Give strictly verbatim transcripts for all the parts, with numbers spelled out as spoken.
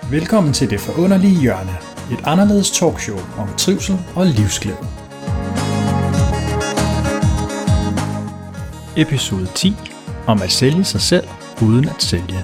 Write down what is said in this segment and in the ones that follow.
Velkommen til Det Forunderlige Hjørne, et anderledes talkshow om trivsel og livsglæde. Episode ti om at sælge sig selv uden at sælge.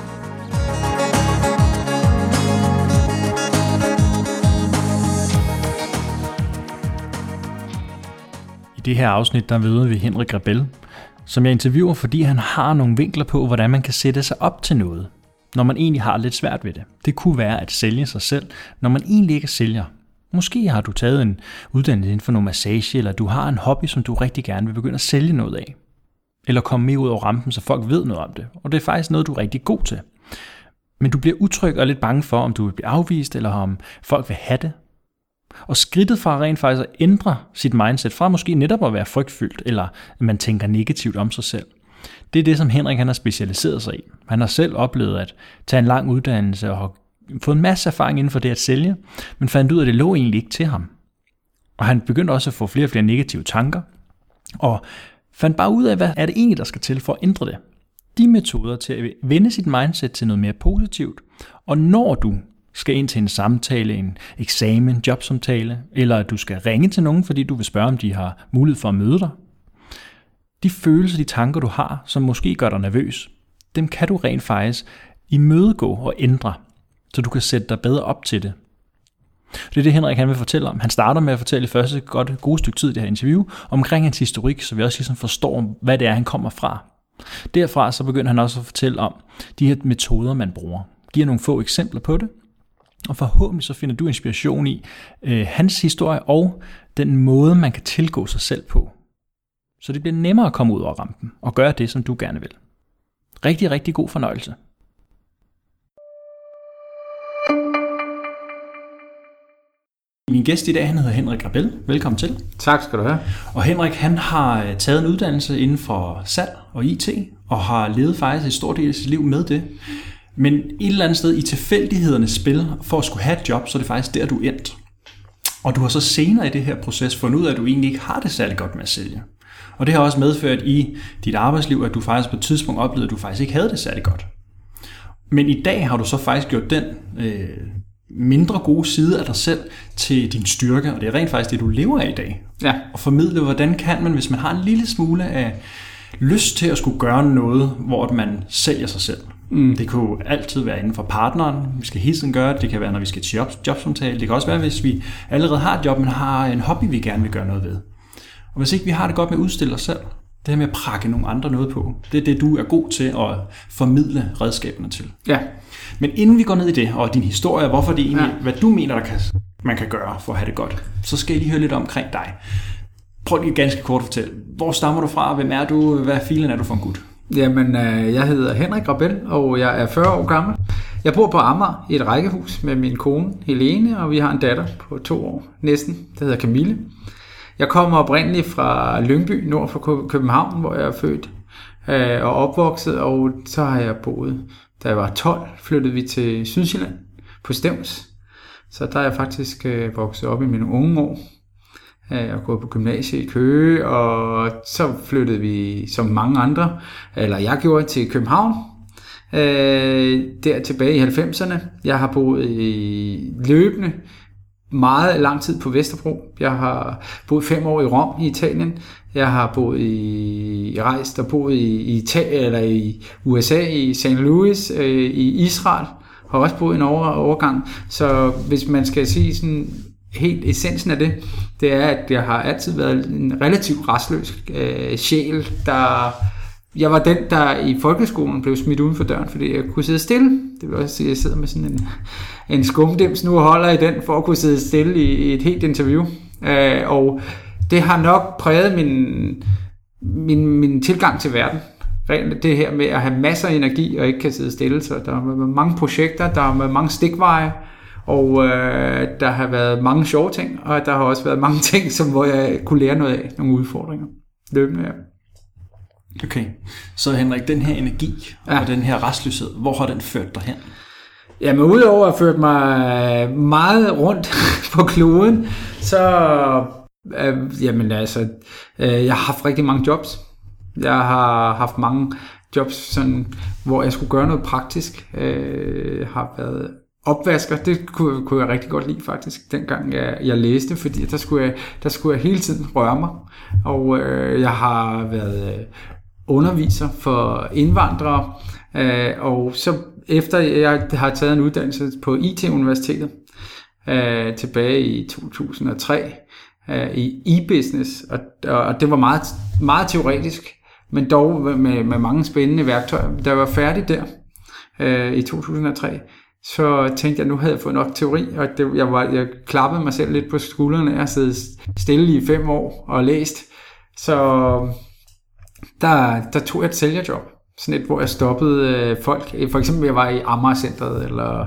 I det her afsnit der møder vi Henrik Rebel, som jeg interviewer, fordi han har nogle vinkler på, hvordan man kan sætte sig op til noget, når man egentlig har lidt svært ved det. Det kunne være at sælge sig selv, når man egentlig ikke er sælger. Måske har du taget en uddannelse inden for noget massage, eller du har en hobby, som du rigtig gerne vil begynde at sælge noget af. Eller komme med ud over rampen, så folk ved noget om det. Og det er faktisk noget, du er rigtig god til. Men du bliver utryg og lidt bange for, om du vil blive afvist, eller om folk vil have det. Og skridtet fra rent faktisk at ændre sit mindset, fra måske netop at være frygtfyldt, eller at man tænker negativt om sig selv. Det er det, som Henrik han har specialiseret sig i. Han har selv oplevet at tage en lang uddannelse og har fået en masse erfaring inden for det at sælge, men fandt ud af, at det lå egentlig ikke til ham. Og han begyndte også at få flere og flere negative tanker, og fandt bare ud af, hvad er det egentlig, der skal til for at ændre det. De metoder til at vende sit mindset til noget mere positivt, og når du skal ind til en samtale, en eksamen, jobsamtale, eller at du skal ringe til nogen, fordi du vil spørge, om de har mulighed for at møde dig. De følelser, de tanker, du har, som måske gør dig nervøs, dem kan du rent faktisk imødegå og ændre, så du kan sætte dig bedre op til det. Det er det, Henrik han vil fortælle om. Han starter med at fortælle i første godt, gode stykke tid i det her interview, omkring hans historik, så vi også ligesom forstår, hvad det er, han kommer fra. Derfra så begynder han også at fortælle om de her metoder, man bruger. Giver nogle få eksempler på det, og forhåbentlig så finder du inspiration i øh, hans historie og den måde, man kan tilgå sig selv på. Så det bliver nemmere at komme ud over rampen og gøre det, som du gerne vil. Rigtig, rigtig god fornøjelse. Min gæst i dag, han hedder Henrik Rebel. Velkommen til. Tak skal du have. Og Henrik, han har taget en uddannelse inden for salg og I T, og har levet faktisk en stor del af sit liv med det. Men et eller andet sted i tilfældighedernes spil, for at skulle have et job, så er det faktisk der, du er endt. Og du har så senere i det her proces fundet ud af, at du egentlig ikke har det særlig godt med at sælge. Og det har også medført i dit arbejdsliv, at du faktisk på et tidspunkt oplevede, at du faktisk ikke havde det særlig godt. Men i dag har du så faktisk gjort den øh, mindre gode side af dig selv til din styrke, og det er rent faktisk det, du lever af i dag. Ja. Og formidle, hvordan kan man, hvis man har en lille smule af lyst til at skulle gøre noget, hvor man sælger sig selv. Mm. Det kunne altid være inden for partneren, vi skal hele tiden gøre det, det kan være, når vi skal til job, jobsamtale, det kan også være, hvis vi allerede har et job, men har en hobby, vi gerne vil gøre noget ved. Og hvis ikke vi har det godt med at udstille os selv, det her med at prakke nogle andre noget på, det er det, du er god til at formidle redskaberne til. Ja. Men inden vi går ned i det, og din historie, hvorfor det egentlig, ja. hvad du mener, der kan, man kan gøre for at have det godt, så skal jeg lige høre lidt omkring dig. Prøv lige ganske kort at fortælle, hvor stammer du fra, hvem er du, hvad filen er du for en gut? Jamen, jeg hedder Henrik Rebel, og jeg er fyrre år gammel. Jeg bor på Amager i et rækkehus med min kone Helene, og vi har en datter på to år næsten, der hedder Camille. Jeg kommer oprindeligt fra Lyngby, nord for København, hvor jeg er født øh, og opvokset, og så har jeg boet. Da jeg var tolv, flyttede vi til Sydsjælland på Stevns. Så der er jeg faktisk øh, vokset op i mine unge år. Jeg har gået på gymnasiet i Køge, og så flyttede vi som mange andre, eller jeg gjorde, til København. Øh, der tilbage i halvfemserne. Jeg har boet i løbende meget lang tid på Vesterbro. Jeg har boet fem år i Rom i Italien. Jeg har boet i rejst og boet i, i, Italien, eller i U S A, i Saint Louis, øh, i Israel. Har også boet en over, overgang. Så hvis man skal sige sådan helt essensen af det, det er, at jeg har altid været en relativt restløs øh, sjæl, der jeg var den, der i folkeskolen blev smidt uden for døren, fordi jeg kunne sidde stille. Det vil også sige, at jeg sidder med sådan en, en skumdims nu og holder i den, for at kunne sidde stille i, i et helt interview. Øh, og det har nok præget min, min, min tilgang til verden. Rent det her med at have masser af energi og ikke kan sidde stille. Så der er mange projekter, der er mange stikveje, og øh, der har været mange sjove ting, og der har også været mange ting, som, hvor jeg kunne lære noget af, nogle udfordringer. Løbende, ja. Okay, så Henrik, den her energi ja. og den her restløshed, hvor har den ført dig hen? Jamen udover at ført mig meget rundt på kloden, så øh, jamen altså, øh, jeg har haft rigtig mange jobs. Jeg har haft mange jobs, sådan, hvor jeg skulle gøre noget praktisk. Jeg øh, har været opvasker, det kunne, kunne jeg rigtig godt lide faktisk, dengang jeg, jeg læste, fordi der skulle, jeg, der skulle jeg hele tiden røre mig, og øh, jeg har været underviser for indvandrere, øh, og så efter jeg har taget en uddannelse på I T-universitetet, øh, tilbage i to tusind og tre, øh, i e-business, og, og det var meget, meget teoretisk, men dog med, med mange spændende værktøjer. Da jeg var færdig der øh, i to tusind og tre, så tænkte jeg, nu havde jeg fået nok teori, og det, jeg, var, jeg klappede mig selv lidt på skuldrene. Jeg har siddet stille i fem år og læst, så der, der tog jeg et sælgerjob. Sådan et, hvor jeg stoppede øh, folk. For eksempel, jeg var i Amager-centret, eller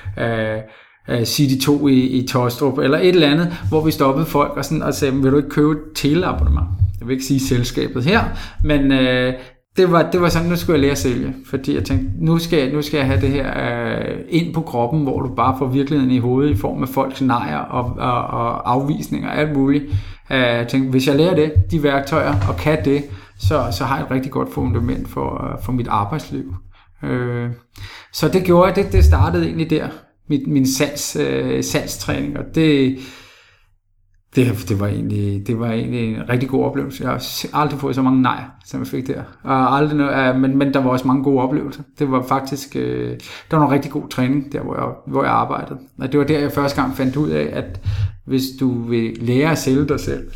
øh, City to i, i Tostrup, eller et eller andet, hvor vi stoppede folk og, sådan, og sagde, vil du ikke købe et teleabonnement? Jeg vil ikke sige selskabet her, men øh, det, var, det var sådan, nu skulle jeg lære at sælge, fordi jeg tænkte, nu skal jeg, nu skal jeg have det her øh, ind på kroppen, hvor du bare får virkeligheden i hovedet i form af folks nejer og, og, og afvisninger og alt muligt. Øh, jeg tænkte, hvis jeg lærer det, de værktøjer, og kan det, så, så har jeg et rigtig godt fundament for, for mit arbejdsliv. Øh, så det gjorde jeg, det, det startede egentlig der, min, min salgs, øh, salgstræning, og det... Det, det, var egentlig, det var egentlig en rigtig god oplevelse. Jeg har aldrig fået så mange nej, som jeg fik der. Og aldrig noget, men, men der var også mange gode oplevelser. Det var faktisk øh, der var noget rigtig god træning, der hvor jeg, hvor jeg arbejdede. Og det var der, jeg første gang fandt ud af, at hvis du vil lære at sælge dig selv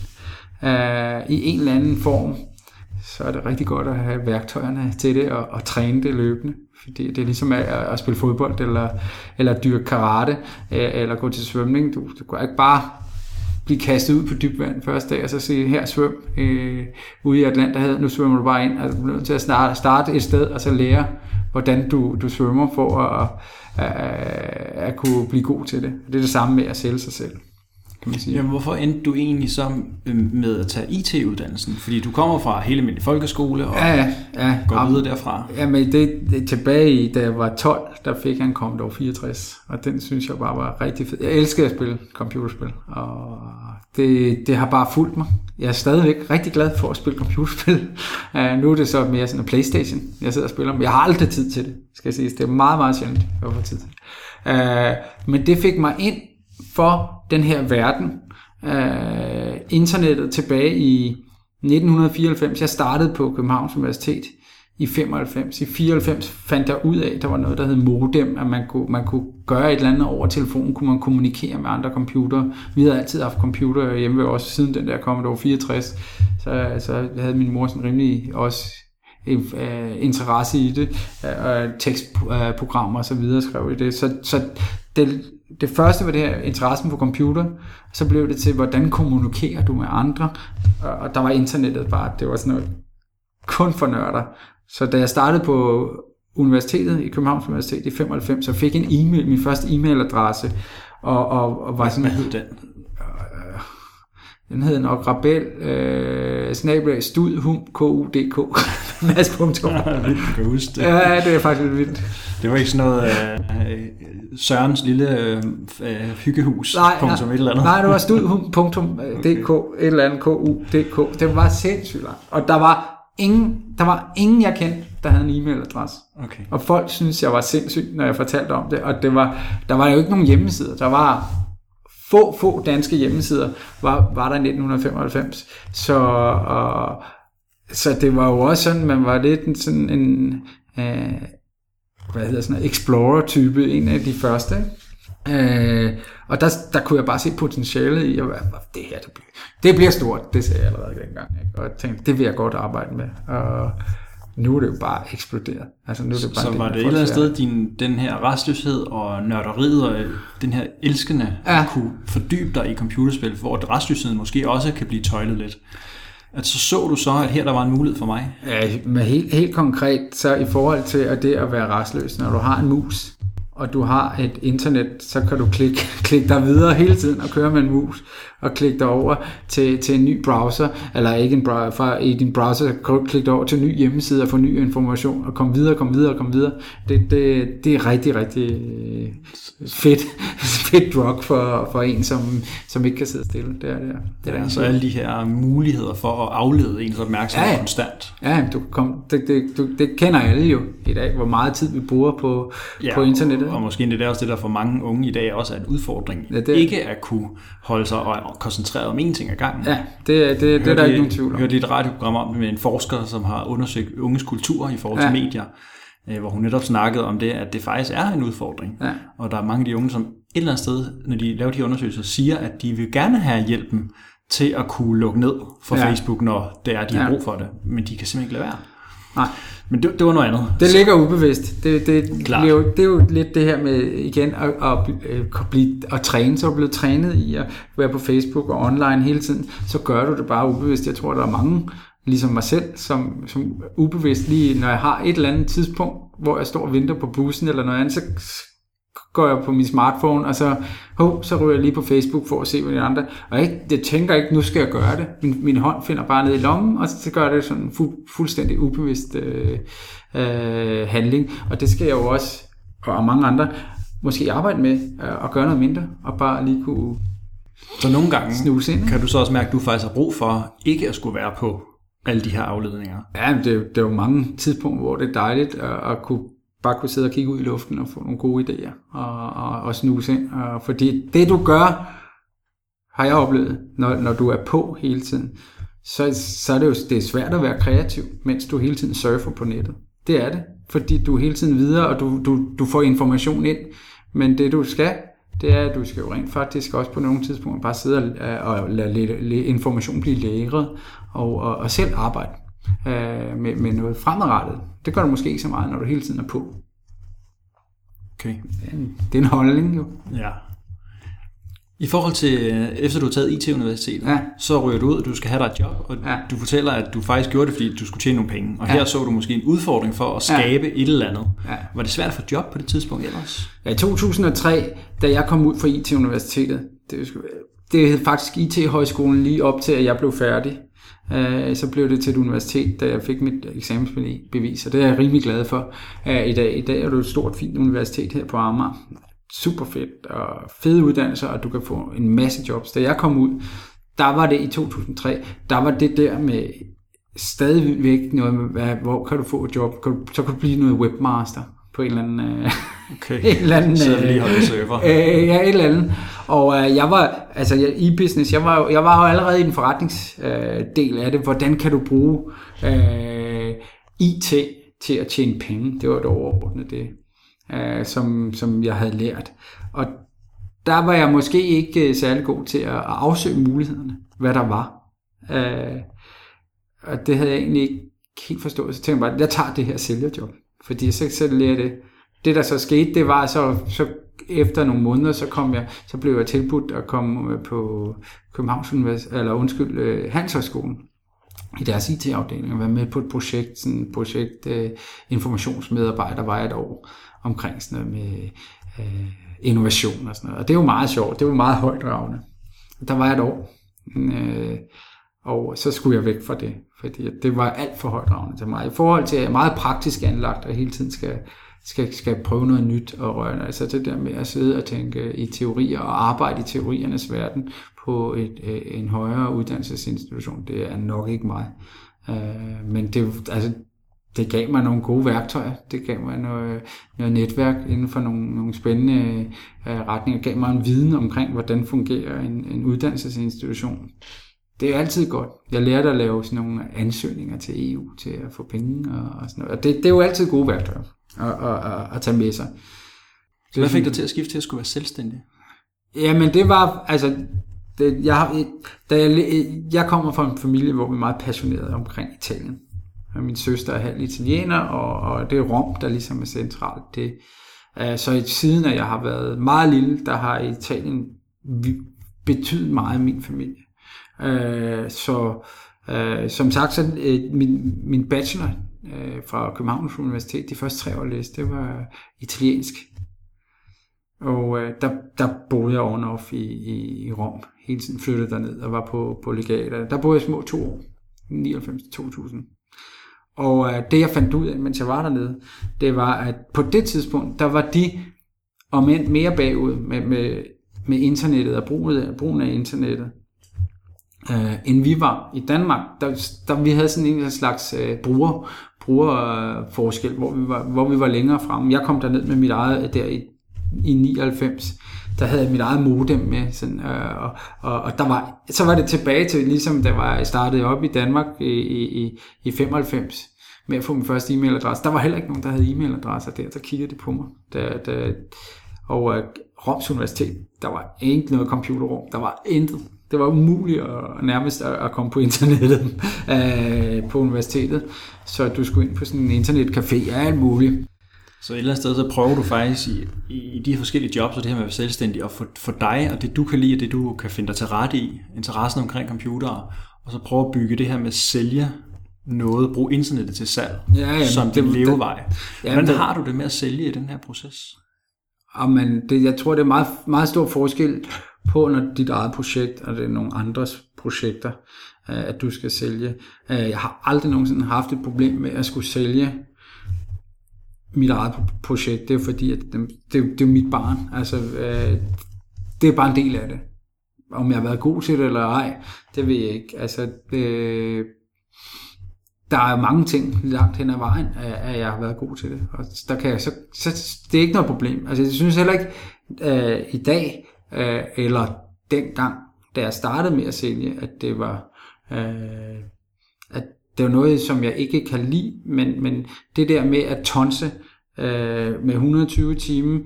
øh, i en eller anden form, så er det rigtig godt at have værktøjerne til det og, og træne det løbende. Fordi det er ligesom at, at spille fodbold eller, eller dyrke karate øh, eller gå til svømning. Du, du kan ikke bare blive kastet ud på dybt vand første dag, og så sige, her svøm øh, ude i Atlanterhavet, nu svømmer du bare ind, altså du er nødt til at starte, starte et sted, og så lære, hvordan du, du svømmer, for at, at, at kunne blive god til det. Det er det samme med at sælge sig selv, kan man sige. Jamen, hvorfor endte du egentlig så med at tage I T-uddannelsen? Fordi du kommer fra hele min folkeskole, og ja, ja, ja, går ja, videre derfra. Jamen, det, det tilbage i, da jeg var tolv, der fik jeg en Commodore fireogtres, og den synes jeg bare var rigtig fed. Jeg elsker at spille computerspil, og det, det har bare fulgt mig. Jeg er stadigvæk rigtig glad for at spille computerspil. Uh, nu er det så mere sådan en PlayStation, jeg sidder og spiller, men jeg har aldrig tid til det, skal jeg sige. Det er meget, meget sjældent, jeg får tid til det. Uh, men det fik mig ind for den her verden. Uh, internettet tilbage i nitten fireoghalvfems. Jeg startede på Københavns Universitet i femoghalvfems. I fireoghalvfems fandt jeg ud af, at der var noget, der hed modem, at man kunne, man kunne gøre et eller andet over telefonen, kunne man kommunikere med andre computere. Vi havde altid haft computer hjemme ved os, siden den der Commodore fireogtres. Så, så havde min mor sådan rimelig også uh, interesse i det, uh, tekstprogrammer og så videre skrev i det. Så, så det, det første var det her interessen for computer, så blev det til, hvordan kommunikerer du med andre, og der var internettet bare, det var sådan noget kun for nørder. Så da jeg startede på universitetet, i Københavns Universitet i femoghalvfems, så fik jeg en e-mail, min første e-mailadresse, og, og, og var sådan... Hvad hed den? Øh, den hed nok Rabel, øh, snabel-a, studhum, ku punktum d k, mads punktum. Du kan huske det. Ja, det er faktisk lidt vildt. Det var ikke sådan noget øh, Sørens lille øh, hyggehus, nej, punktum nej, et eller andet. Nej, det var studhum punktum d k, okay. Et eller andet, ku punktum d k. Det var sindssygt langt. Og der var ingen, der var ingen jeg kendte, der havde en e-mailadresse. Okay. Og folk synes jeg var sindssyg, når jeg fortalte om det. Og det var, der var jo ikke nogen hjemmesider. Der var få, få danske hjemmesider, var, var der i nitten femoghalvfems. Så, og, så det var jo også sådan, man var lidt en, sådan en, øh, hvad hedder sådan en Explorer-type, en af de første. Øh, og der, der kunne jeg bare se potentialet i, at det her, det bliver, det bliver stort, det sagde jeg allerede dengang. Ikke? Og jeg tænkte, det vil jeg godt arbejde med. Og nu er det jo bare eksploderet. Altså, nu er det bare så det, var det et eller andet sted, din, den her restløshed og nørderiet og den her elskende ja. kunne fordybe dig i computerspil, hvor restløsheden måske også kan blive tøjlet lidt. At så så du så, at her der var en mulighed for mig? Ja, men helt, helt konkret, så i forhold til at det at være restløs, når du har en mus, og du har et internet, så kan du klikke, klikke dig videre hele tiden og køre med en mus. og klik dig over til, til en ny browser, eller ikke en browser, fra i din browser, klik dig over til en ny hjemmeside og få ny information, og komme videre, komme videre, komme videre. Det, det, det er rigtig, rigtig fedt, fedt drug for, for en, som, som ikke kan sidde stille. Det er det. Det er ja, så alle de her muligheder for at aflede ens opmærksomhed ja, ja. konstant. Ja, du kom, det, det, du, det kender alle jo i dag, hvor meget tid vi bruger på, ja, på internettet. Og, og måske det er også det, der for mange unge i dag også er en udfordring. Ja, det er, ikke at kunne holde sig og koncentrere om én ting ad gangen. Ja, det, det, det, det er der de, ikke nogen tvivl om. Jeg hørte et radioprogram om med en forsker, som har undersøgt unges kultur i forhold til ja. medier, hvor hun netop snakkede om det, at det faktisk er en udfordring. Ja. Og der er mange af de unge, som et eller andet sted, når de laver de undersøgelser, siger, at de vil gerne have hjælpen til at kunne lukke ned for ja. Facebook, når det er, de har ja. brug for det. Men de kan simpelthen ikke lade være. Nej. Men det, det var noget andet. Det ligger ubevidst. Det, det, det, er jo, det er jo lidt det her med, igen, at, at, at, blive, at træne. Så er du blevet trænet i at være på Facebook og online hele tiden. Så gør du det bare ubevidst. Jeg tror, der er mange, ligesom mig selv, som, som ubevidst lige, når jeg har et eller andet tidspunkt, hvor jeg står og venter på bussen eller noget andet, så går jeg på min smartphone, og så, oh, så ryger jeg lige på Facebook for at se, hvad de andre. Og jeg, jeg tænker ikke, nu skal jeg gøre det. Min, min hånd finder bare ned i lommen, og så gør jeg det sådan fu, fuldstændig ubevidst øh, øh, handling. Og det skal jeg jo også, og mange andre, måske arbejde med øh, at gøre noget mindre, og bare lige kunne så nogle gange snuse ind. Kan du så også mærke, at du faktisk har brug for ikke at skulle være på alle de her afledninger? Ja, det, det er jo mange tidspunkter, hvor det er dejligt at, at kunne bare kunne sidde og kigge ud i luften og få nogle gode idéer og, og, og snuse ind. Og fordi det du gør, har jeg oplevet, når, når du er på hele tiden, så, så er det jo det er svært at være kreativ, mens du hele tiden surfer på nettet. Det er det, fordi du er hele tiden videre, og du, du, du får information ind. Men det du skal, det er, at du skal jo rent faktisk også på nogle tidspunkter bare sidde og, og lade information blive læret og, og, og selv arbejde med, med noget fremadrettet. Det gør du måske ikke så meget, når du hele tiden er på. Okay. Det er en holdning jo. Ja. I forhold til, efter du har taget I T-universitetet, ja. så ryger du ud, og du skal have dig et job, og ja. du fortæller, at du faktisk gjorde det, fordi du skulle tjene nogle penge. Og ja. her så du måske en udfordring for at skabe ja. et eller andet. Ja. Var det svært at få job på det tidspunkt ellers? Ja, i to tusind og tre, da jeg kom ud fra I T-universitetet, det, det hed faktisk I T-højskolen lige op til, at jeg blev færdig. Så blev det til et universitet, da jeg fik mit eksamensbevis, og det er jeg rimelig glad for i dag. I dag er det et stort, fint universitet her på Amager. Super fedt og fede uddannelser, og du kan få en masse jobs. Da jeg kom ud, der var det i to tusind og tre, der var det der med stadigvæk noget med, hvor kan du få et job? Kan du, så kan du blive noget webmaster på en eller anden... Okay, en eller anden, så lige holde server. Øh, ja, et eller andet. Og øh, jeg var, altså jeg, i business, jeg var, jeg var jo allerede i den forretningsdel øh, af det. Hvordan kan du bruge øh, I T til at tjene penge? Det var det overordnede det, øh, som, som jeg havde lært. Og der var jeg måske ikke særlig god til at, at afsøge mulighederne, hvad der var. Øh, og det havde jeg egentlig ikke helt forstået. Så tænkte jeg bare, jeg tager det her sælgerjob. Fordi så, så lærte det. Det der så skete, det var så, så efter nogle måneder, så kom jeg, så blev jeg tilbudt at komme på Københavns Universitet, eller undskyld, Handelshøjskolen i deres I T-afdeling og være med på et projekt, sådan et projekt uh, informationsmedarbejder var et år omkring sådan noget med uh, innovation og sådan noget. Og det er jo meget sjovt, det var meget højtravende. Der var et år, uh, og så skulle jeg væk fra det, fordi det var alt for højtravende til mig. I forhold til, at jeg er meget praktisk anlagt og hele tiden skal Skal, skal prøve noget nyt og røre. Altså det der med at sidde og tænke i teorier og arbejde i teoriernes verden på et, en højere uddannelsesinstitution, det er nok ikke mig. Uh, men det, altså, det gav mig nogle gode værktøjer. Det gav mig noget, noget netværk inden for nogle, nogle spændende uh, retninger. Det gav mig en viden omkring, hvordan fungerer en, en uddannelsesinstitution. Det er altid godt. Jeg lærte at lave sådan nogle ansøgninger til E U til at få penge og, og sådan noget. Og det, det er jo altid gode værktøjer at, at, at, at tage med sig. Så hvad fik dig til at skifte til at skulle være selvstændig? Jamen det var, altså, det, jeg, da jeg, jeg kommer fra en familie, hvor vi er meget passionerede omkring Italien. Og min søster er halv italiener, og, og det er Rom, der ligesom er centralt. Det, så i siden af jeg har været meget lille, der har Italien betydet meget i min familie. Uh, så uh, som sagt, så uh, min, min bachelor uh, fra Københavns Universitet, de første tre år læste, det var italiensk. Og øh, der, der boede jeg on-off i, i, i Rom. Hele tiden flyttede derned og var på, på legater. Der boede jeg små to år. nioghalvfems til to tusind. Og øh, det jeg fandt ud af, mens jeg var dernede, det var, at på det tidspunkt, der var de om end mere bagud med, med, med internettet og brugen, brugen af internettet, øh, end vi var i Danmark. Der, der vi havde sådan en slags øh, bruger, brugerforskel, hvor vi var, hvor vi var længere fremme. Jeg kom derned med mit eget der i, i nioghalvfems. Der havde jeg mit eget modem med, sådan, øh, og, og, og der var, så var det tilbage til, ligesom da jeg startede op i Danmark i, i, i femoghalvfems, med at få min første e-mailadresse. Der var heller ikke nogen, der havde e-mailadresser der, så kiggede de på mig. Der, der, og uh, Roms Universitet, der var ikke noget computerrum, der var intet. Det var umuligt at, nærmest at, at komme på internettet uh, på universitetet, så du skulle ind på sådan en internetcafé og alt muligt. Så et eller andet sted, så prøver du faktisk i, i, i de forskellige jobs, og det her med at være selvstændig, og for, for dig, og det du kan lide, og det du kan finde dig til rette i, interessen omkring computere, og så prøve at bygge det her med at sælge noget, bruge internettet til salg, ja, ja, som din levevej. Ja, hvordan har du det med at sælge i den her proces? Jamen, det, jeg tror, det er meget, meget stor forskel på, når dit eget projekt, og det er nogle andres projekter, at du skal sælge. Jeg har aldrig nogensinde haft et problem med at skulle sælge mit eget projekt. Det er fordi, at det, det, det er mit barn. Altså, det er bare en del af det. Om jeg har været god til det eller ej, det ved jeg ikke. Altså, det, der er mange ting langt hen ad vejen, at jeg har været god til det. Og der kan jeg, så, så det er ikke noget problem. Altså, jeg synes heller ikke uh, i dag, uh, eller dengang, da jeg startede med at sælge, at det var, uh, at det var noget, som jeg ikke kan lide, men, men det der med at tonse uh, med et hundrede og tyve timer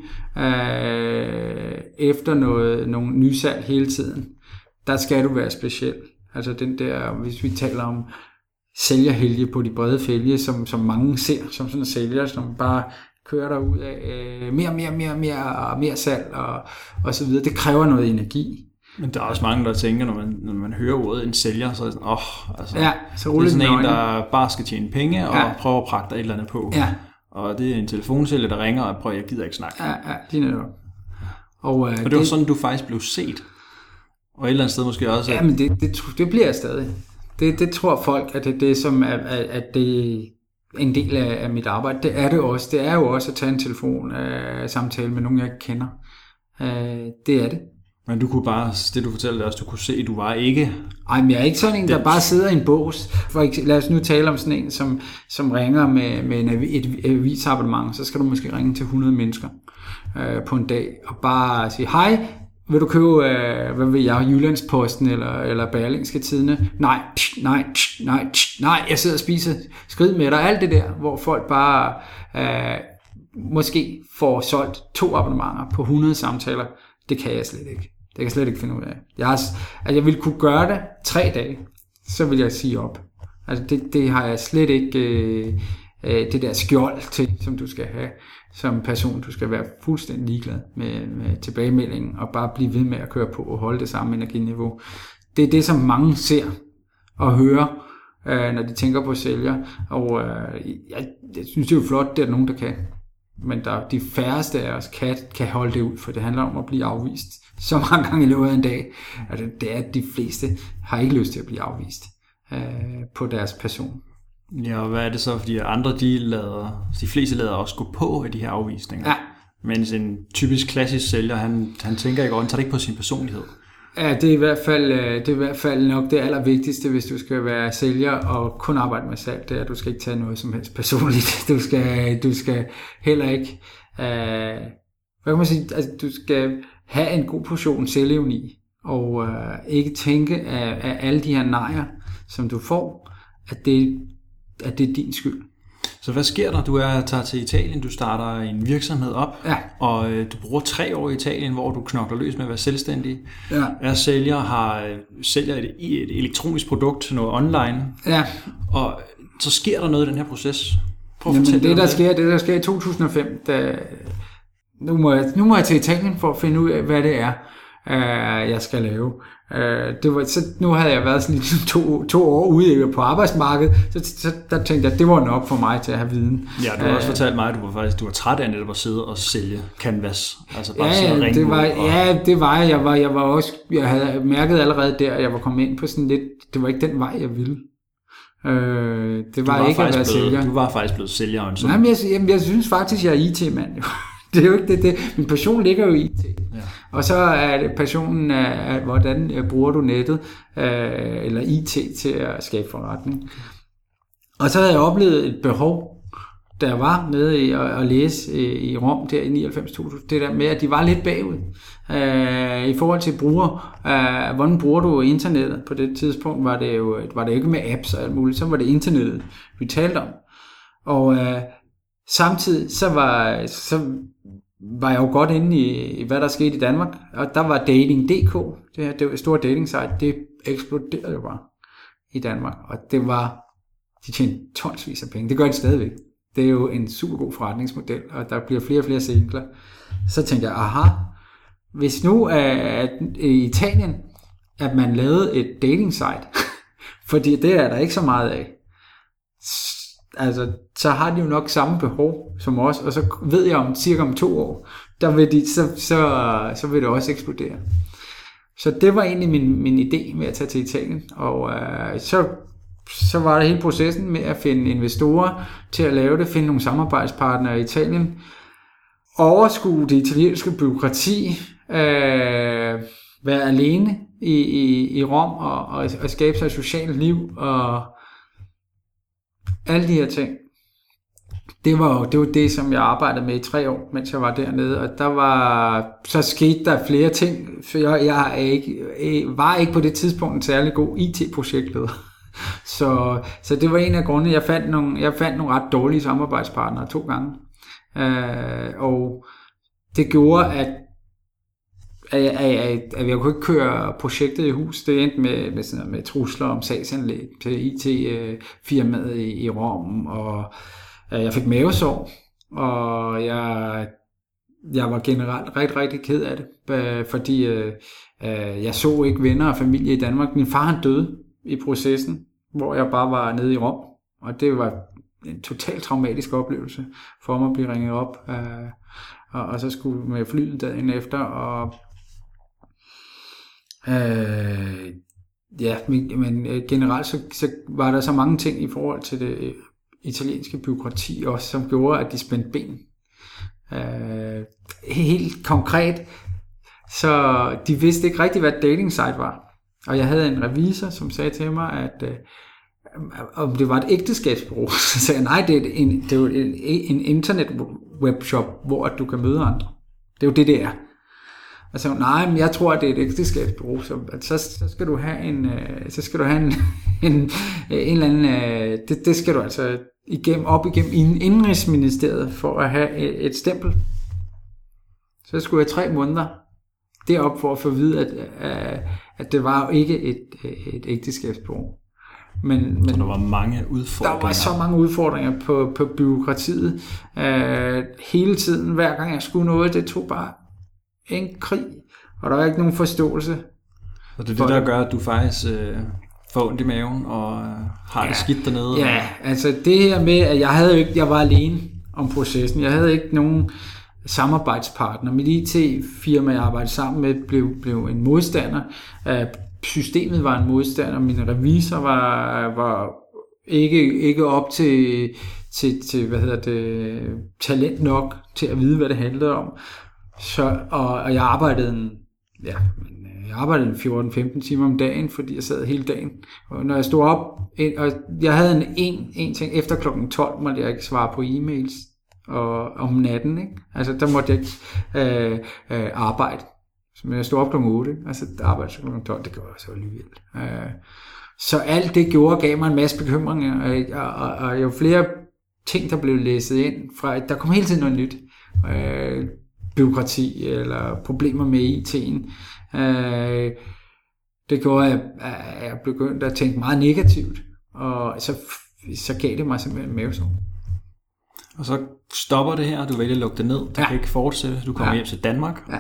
uh, efter noget, nogle nysalg hele tiden, der skal du være speciel. Altså den der, hvis vi taler om sælgerhelge på de brede fælge, som, som mange ser som sådan en sælger, som bare kører der ud af øh, mere, mere, mere, mere og mere salg og, og så videre. Det kræver noget energi. Men der er også mange, der tænker, når man, når man hører ordet en sælger, så er det sådan, åh, oh, altså, ja, så det er sådan en, der bare skal tjene penge og ja. prøve at pragte et eller andet på. Ja. Og det er en telefonsælger, der ringer og prøver, jeg gider ikke snakke. Ja, ja, lige netop. Og, øh, og det var det, sådan, du faktisk blev set. Og et eller andet sted måske også. Ja, men det, det, det bliver jeg stadig. Det, det tror folk, at det er det, som er, at det er en del af, af mit arbejde. Det er det også. Det er jo også at tage en telefon uh, samtale med nogen, jeg ikke kender. Uh, det er det. Men du kunne bare, det du fortalte også, du kunne se, at du var ikke... Ej, men jeg er ikke sådan en, der bare sidder i en bås. For eksempel, lad os nu tale om sådan en, som, som ringer med, med en, et avisabonnement. Så skal du måske ringe til hundrede mennesker uh, på en dag og bare sige, hej, vil du købe, uh, hvad ved jeg, Jyllandsposten eller, eller Berlingske Tidende? Nej, tsch, nej, tsch, nej, tsch, nej, jeg sidder og spiser skrid med dig. Alt det der, hvor folk bare uh, måske får solgt to abonnementer på hundrede samtaler, det kan jeg slet ikke. Det kan jeg slet ikke finde ud af. Jeg, har, altså jeg ville kunne gøre det tre dage, så vil jeg sige op. Altså det, det har jeg slet ikke øh, øh, det der skjold til, som du skal have som person. Du skal være fuldstændig ligeglad med, med tilbagemeldingen og bare blive ved med at køre på og holde det samme energiniveau. Det er det, som mange ser og hører, øh, når de tænker på sælger. Og øh, jeg, jeg synes, det er jo flot, det er nogen, der kan. Men der, de færreste af os kan, kan holde det ud, for det handler om at blive afvist så mange gange i løbet af en dag. Og det, det er, at de fleste har ikke lyst til at blive afvist øh, på deres person. Ja, og hvad er det så? Fordi andre, de, lader, de fleste lader også gå på af de her afvisninger. Ja. Mens en typisk klassisk sælger, han, han tænker ikke over, han tager det ikke på sin personlighed. Ja, det er, i hvert fald, det er i hvert fald nok det allervigtigste, hvis du skal være sælger og kun arbejde med salg, det er, at du skal ikke tage noget som helst personligt. Du skal, du skal heller ikke, øh, hvad kan man sige, altså, du skal have en god portion selvevni, og øh, ikke tænke af, af alle de her nejer, som du får, at det, at det er din skyld. Så hvad sker der? Du er tager til Italien, du starter en virksomhed op, ja. og øh, du bruger tre år i Italien, hvor du knokler løs med at være selvstændig. Ja. Er sælger, har, sælger et, et elektronisk produkt til noget online, ja. og så sker der noget i den her proces. Prøv at Jamen, fortælle det, der det. sker, det der sker i to tusind og fem, da, nu, må jeg, nu må jeg til Italien for at finde ud af, hvad det er, uh, jeg skal lave. Øh, det var, så nu havde jeg været sådan lidt to, to år ude på arbejdsmarkedet, så, så der tænkte jeg, at det var nok for mig til at have viden. Ja, du har øh, også fortalt mig, at du var faktisk du var træt af netop at sidde og sælge canvas. Altså bare ja, sidde og ringe det var, og... ja, det var jeg. Jeg var, jeg var også, jeg havde mærket allerede der, at jeg var kommet ind på sådan lidt, det var ikke den vej, jeg ville. Øh, det var, var ikke at være blevet, sælger. Du var faktisk blevet sælger. Og Nej, men jeg, jeg, jeg synes faktisk, jeg er I T-mand. Jo. Det er jo ikke det, det. Min passion ligger jo i I T. Ja. Og så er det passionen af, af, hvordan bruger du nettet, øh, eller I T til at skabe forretning. Og så havde jeg oplevet et behov, da jeg var nede i at, at læse i, i Rom der i nioghalvfems to tusind, det der med, at de var lidt bagud øh, i forhold til bruger. Øh, hvordan bruger du internettet? På det tidspunkt var det jo var det ikke med apps og alt muligt, så var det internettet, vi talte om. Og øh, samtidig så var, så var jeg jo godt inde i, i, hvad der skete i Danmark, og der var dating punktum d k, det her det var et stort dating site, det eksploderede jo bare i Danmark, og det var, de tjente tonsvis af penge, det gør de stadigvæk. Det er jo en super god forretningsmodel, og der bliver flere og flere singler. Så tænkte jeg, aha, hvis nu at i Italien, at man lavede et dating site, fordi det er der ikke så meget af, altså, så har de jo nok samme behov som os, og så ved jeg om cirka om to år, der vil de, så, så, så vil det også eksplodere. Så det var egentlig min, min idé med at tage til Italien, og øh, så, så var det hele processen med at finde investorer til at lave det, finde nogle samarbejdspartnere i Italien, overskue det italienske bureaukrati, øh, være alene i, i, i Rom og, og, og skabe sig et socialt liv, og alle de her ting. Det var jo det, var det, som jeg arbejdede med i tre år, mens jeg var dernede, og der var, så skete der flere ting, for jeg, jeg er ikke, var ikke på det tidspunkt en særlig god I T-projektleder. Så, så det var en af grundene, jeg fandt nogle, jeg fandt nogle ret dårlige samarbejdspartnere to gange, øh, og det gjorde, at at, at, at, at jeg kunne ikke køre projektet i hus. Det endte med, med, sådan med trusler om sagsanlæg til I T-firmaet i, i Rom, og øh, jeg fik mavesår, og jeg, jeg var generelt rigtig, rigtig ked af det, øh, fordi øh, øh, jeg så ikke venner og familie i Danmark. Min far han døde i processen, hvor jeg bare var nede i Rom, og det var en totalt traumatisk oplevelse for mig at blive ringet op, øh, og, og så skulle med flyet dagen efter, og Øh, ja, men, men generelt så, så var der så mange ting i forhold til det italienske bureaukrati også, som gjorde, at de spændte ben. Øh, helt konkret, så de vidste ikke rigtigt, hvad et dating site var. Og jeg havde en revisor, som sagde til mig, at øh, om det var et ægteskabsbureau. Så sagde jeg, nej, det er en, det er jo en, en internet webshop, hvor du kan møde andre. Det er jo det, det er. Og så nej, men jeg tror, at det er et ægteskabsbureau, så, så, så skal du have en, så skal du have en, en, en eller anden, det, det skal du altså igennem, op igennem Indenrigsministeriet for at have et, et stempel. Så skulle jeg tre måneder derop for at få at vide, at, at det var ikke et, et ægteskabsbureau. Men, men så der var mange udfordringer. Der var så mange udfordringer på, på bureaukratiet. Uh, hele tiden, hver gang jeg skulle noget, det tog bare en krig, og der var ikke nogen forståelse. Og det er det, der gør, at du faktisk øh, får ondt i maven og øh, har ja, det skidt dernede? Ja, og... altså det her med, at jeg havde ikke, jeg var alene om processen. Jeg havde ikke nogen samarbejdspartner. Mit I T-firma, jeg arbejdede sammen med, blev, blev en modstander. Systemet var en modstander. Min revisor var, var ikke, ikke op til, til, til hvad hedder det, talent nok til at vide, hvad det handlede om. Så, og, og jeg arbejdede en, ja, jeg arbejdede en fjorten femten timer om dagen, fordi jeg sad hele dagen. Og når jeg stod op, og jeg havde en, en, en ting, efter klokken tolv måtte jeg ikke svare på e-mails og, om natten, ikke? Altså der måtte jeg ikke øh, øh, arbejde. Så jeg stod op klokken otte, altså arbejdede klokken tolv, det gjorde jeg så alligevel. Øh, så alt det gjorde, gav mig en masse bekymringer, og, og, og jo flere ting, der blev læsset ind fra, der kom hele tiden noget nyt. Øh, bureaukrati eller problemer med I T'en. Øh, det gjorde, at jeg begyndte at tænke meget negativt, og så, så gav det mig simpelthen mavesår. Og så stopper det her, du vælger at lukke det ned, du ja. kan ikke fortsætte, du kommer ja. hjem til Danmark. Ja.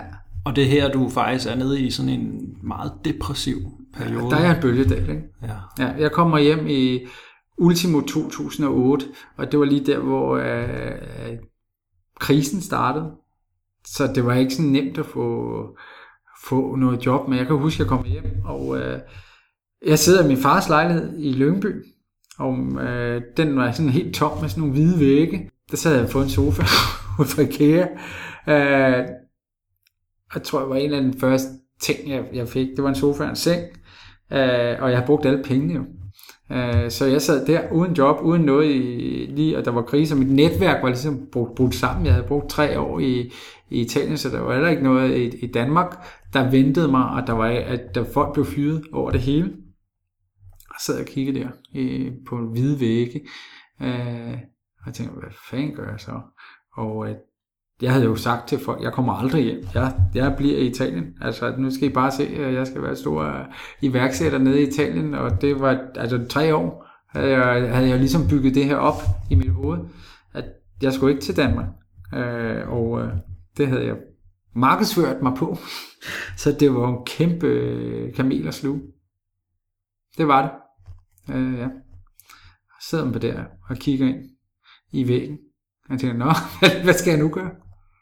Og det her, du faktisk er nede i sådan en meget depressiv periode. Ja, der er en bølgedal, ikke? Ja. Ja, jeg kommer hjem i ultimo to tusind og otte, og det var lige der, hvor øh, krisen startede. Så det var ikke så nemt at få, få noget job, men jeg kan huske, at jeg kom hjem, og øh, jeg sidder i min fars lejlighed i Lyngby, og øh, den var sådan helt tom med sådan nogle hvide vægge. Der sad jeg på en sofa ud fra IKEA. Øh, jeg tror, det var en af de første ting, jeg, jeg fik. Det var en sofa og en seng, øh, og jeg havde brugt alle pengene jo. Øh, så jeg sad der uden job, uden noget i, lige, og der var krise, og mit netværk var ligesom brugt, brugt sammen. Jeg havde brugt tre år i, i Italien, så der var heller ikke noget i, i Danmark, der ventede mig, og der var, at der folk blev fyret over det hele. Og så sad jeg og kiggede der i, på en hvide vægge, øh, og jeg tænkte, hvad fanden gør jeg så? Og øh, jeg havde jo sagt til folk, jeg kommer aldrig hjem. Jeg, jeg bliver i Italien. Altså, nu skal I bare se, at jeg skal være stor iværksætter nede i Italien. Og det var, altså tre år, havde jeg, havde jeg ligesom bygget det her op i mit hoved, at jeg skulle ikke til Danmark. Øh, og øh, det havde jeg markedsført mig på. Så det var en kæmpe kamel at sluge. Det var det. Øh, ja. Så sidder man der og kigger ind i væggen. Jeg tænker, nå, hvad skal jeg nu gøre?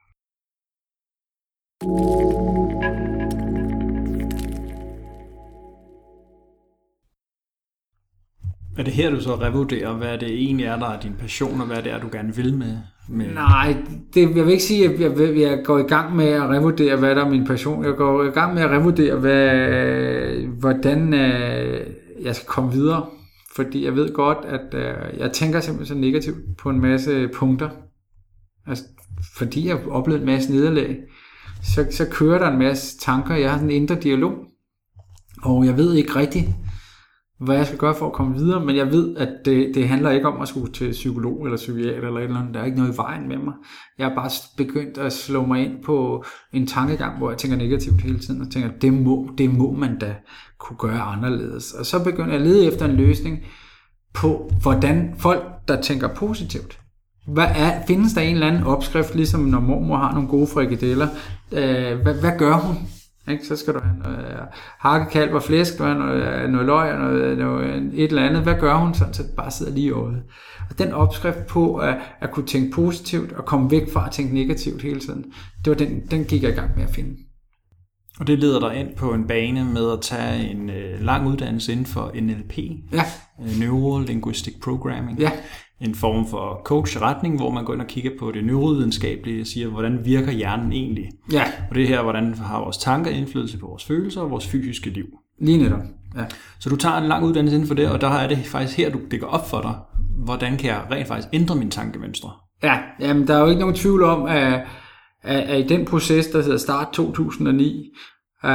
Er det her, du så revurderer, hvad det egentlig er, der er din passion, og hvad det er, du gerne vil med? med... Nej, det, jeg vil ikke sige, at jeg, jeg går i gang med at revurdere, hvad der er min passion. Jeg går i gang med at revurdere, hvad, hvordan øh, jeg skal komme videre. Fordi jeg ved godt, at øh, jeg tænker simpelthen så negativt på en masse punkter. Altså, fordi jeg har oplevet en masse nederlag, så, så kører der en masse tanker. Jeg har sådan en indre dialog, og jeg ved ikke rigtigt, hvad jeg skal gøre for at komme videre, men jeg ved, at det, det handler ikke om at skulle til psykolog eller psykiater eller et eller andet. Der er ikke noget i vejen med mig. Jeg har bare begyndt at slå mig ind på en tankegang, hvor jeg tænker negativt hele tiden, og tænker, det må, det må man da kunne gøre anderledes. Og så begynder jeg at lede efter en løsning på, hvordan folk, der tænker positivt, hvad er, findes der en eller anden opskrift, ligesom når mormor har nogle gode frikadeller, øh, hvad, hvad gør hun? Ikke? Så skal du have noget hakkekalv og flæsk, du have noget, noget løg og noget, noget, et eller andet. Hvad gør hun, sådan, så det bare sidder lige i øjet? Og den opskrift på at, at kunne tænke positivt og komme væk fra at tænke negativt hele tiden, det var den, den gik jeg i gang med at finde. Og det leder dig ind på en bane med at tage en øh, lang uddannelse inden for N L P, ja. Neuro-Linguistic Programming. Ja. En form for coach-retning, hvor man går ind og kigger på det neurovidenskabelige og siger, hvordan virker hjernen egentlig? Ja. Og det her, hvordan har vores tanker indflydelse på vores følelser og vores fysiske liv? Lige netop, ja. Så du tager en lang uddannelse inden for det, og der er det faktisk her, du dækker op for dig. Hvordan kan jeg rent faktisk ændre mine tankemønstre? Ja, jamen der er jo ikke nogen tvivl om, at, at, at i den proces, der hedder Start to tusind og ni, uh,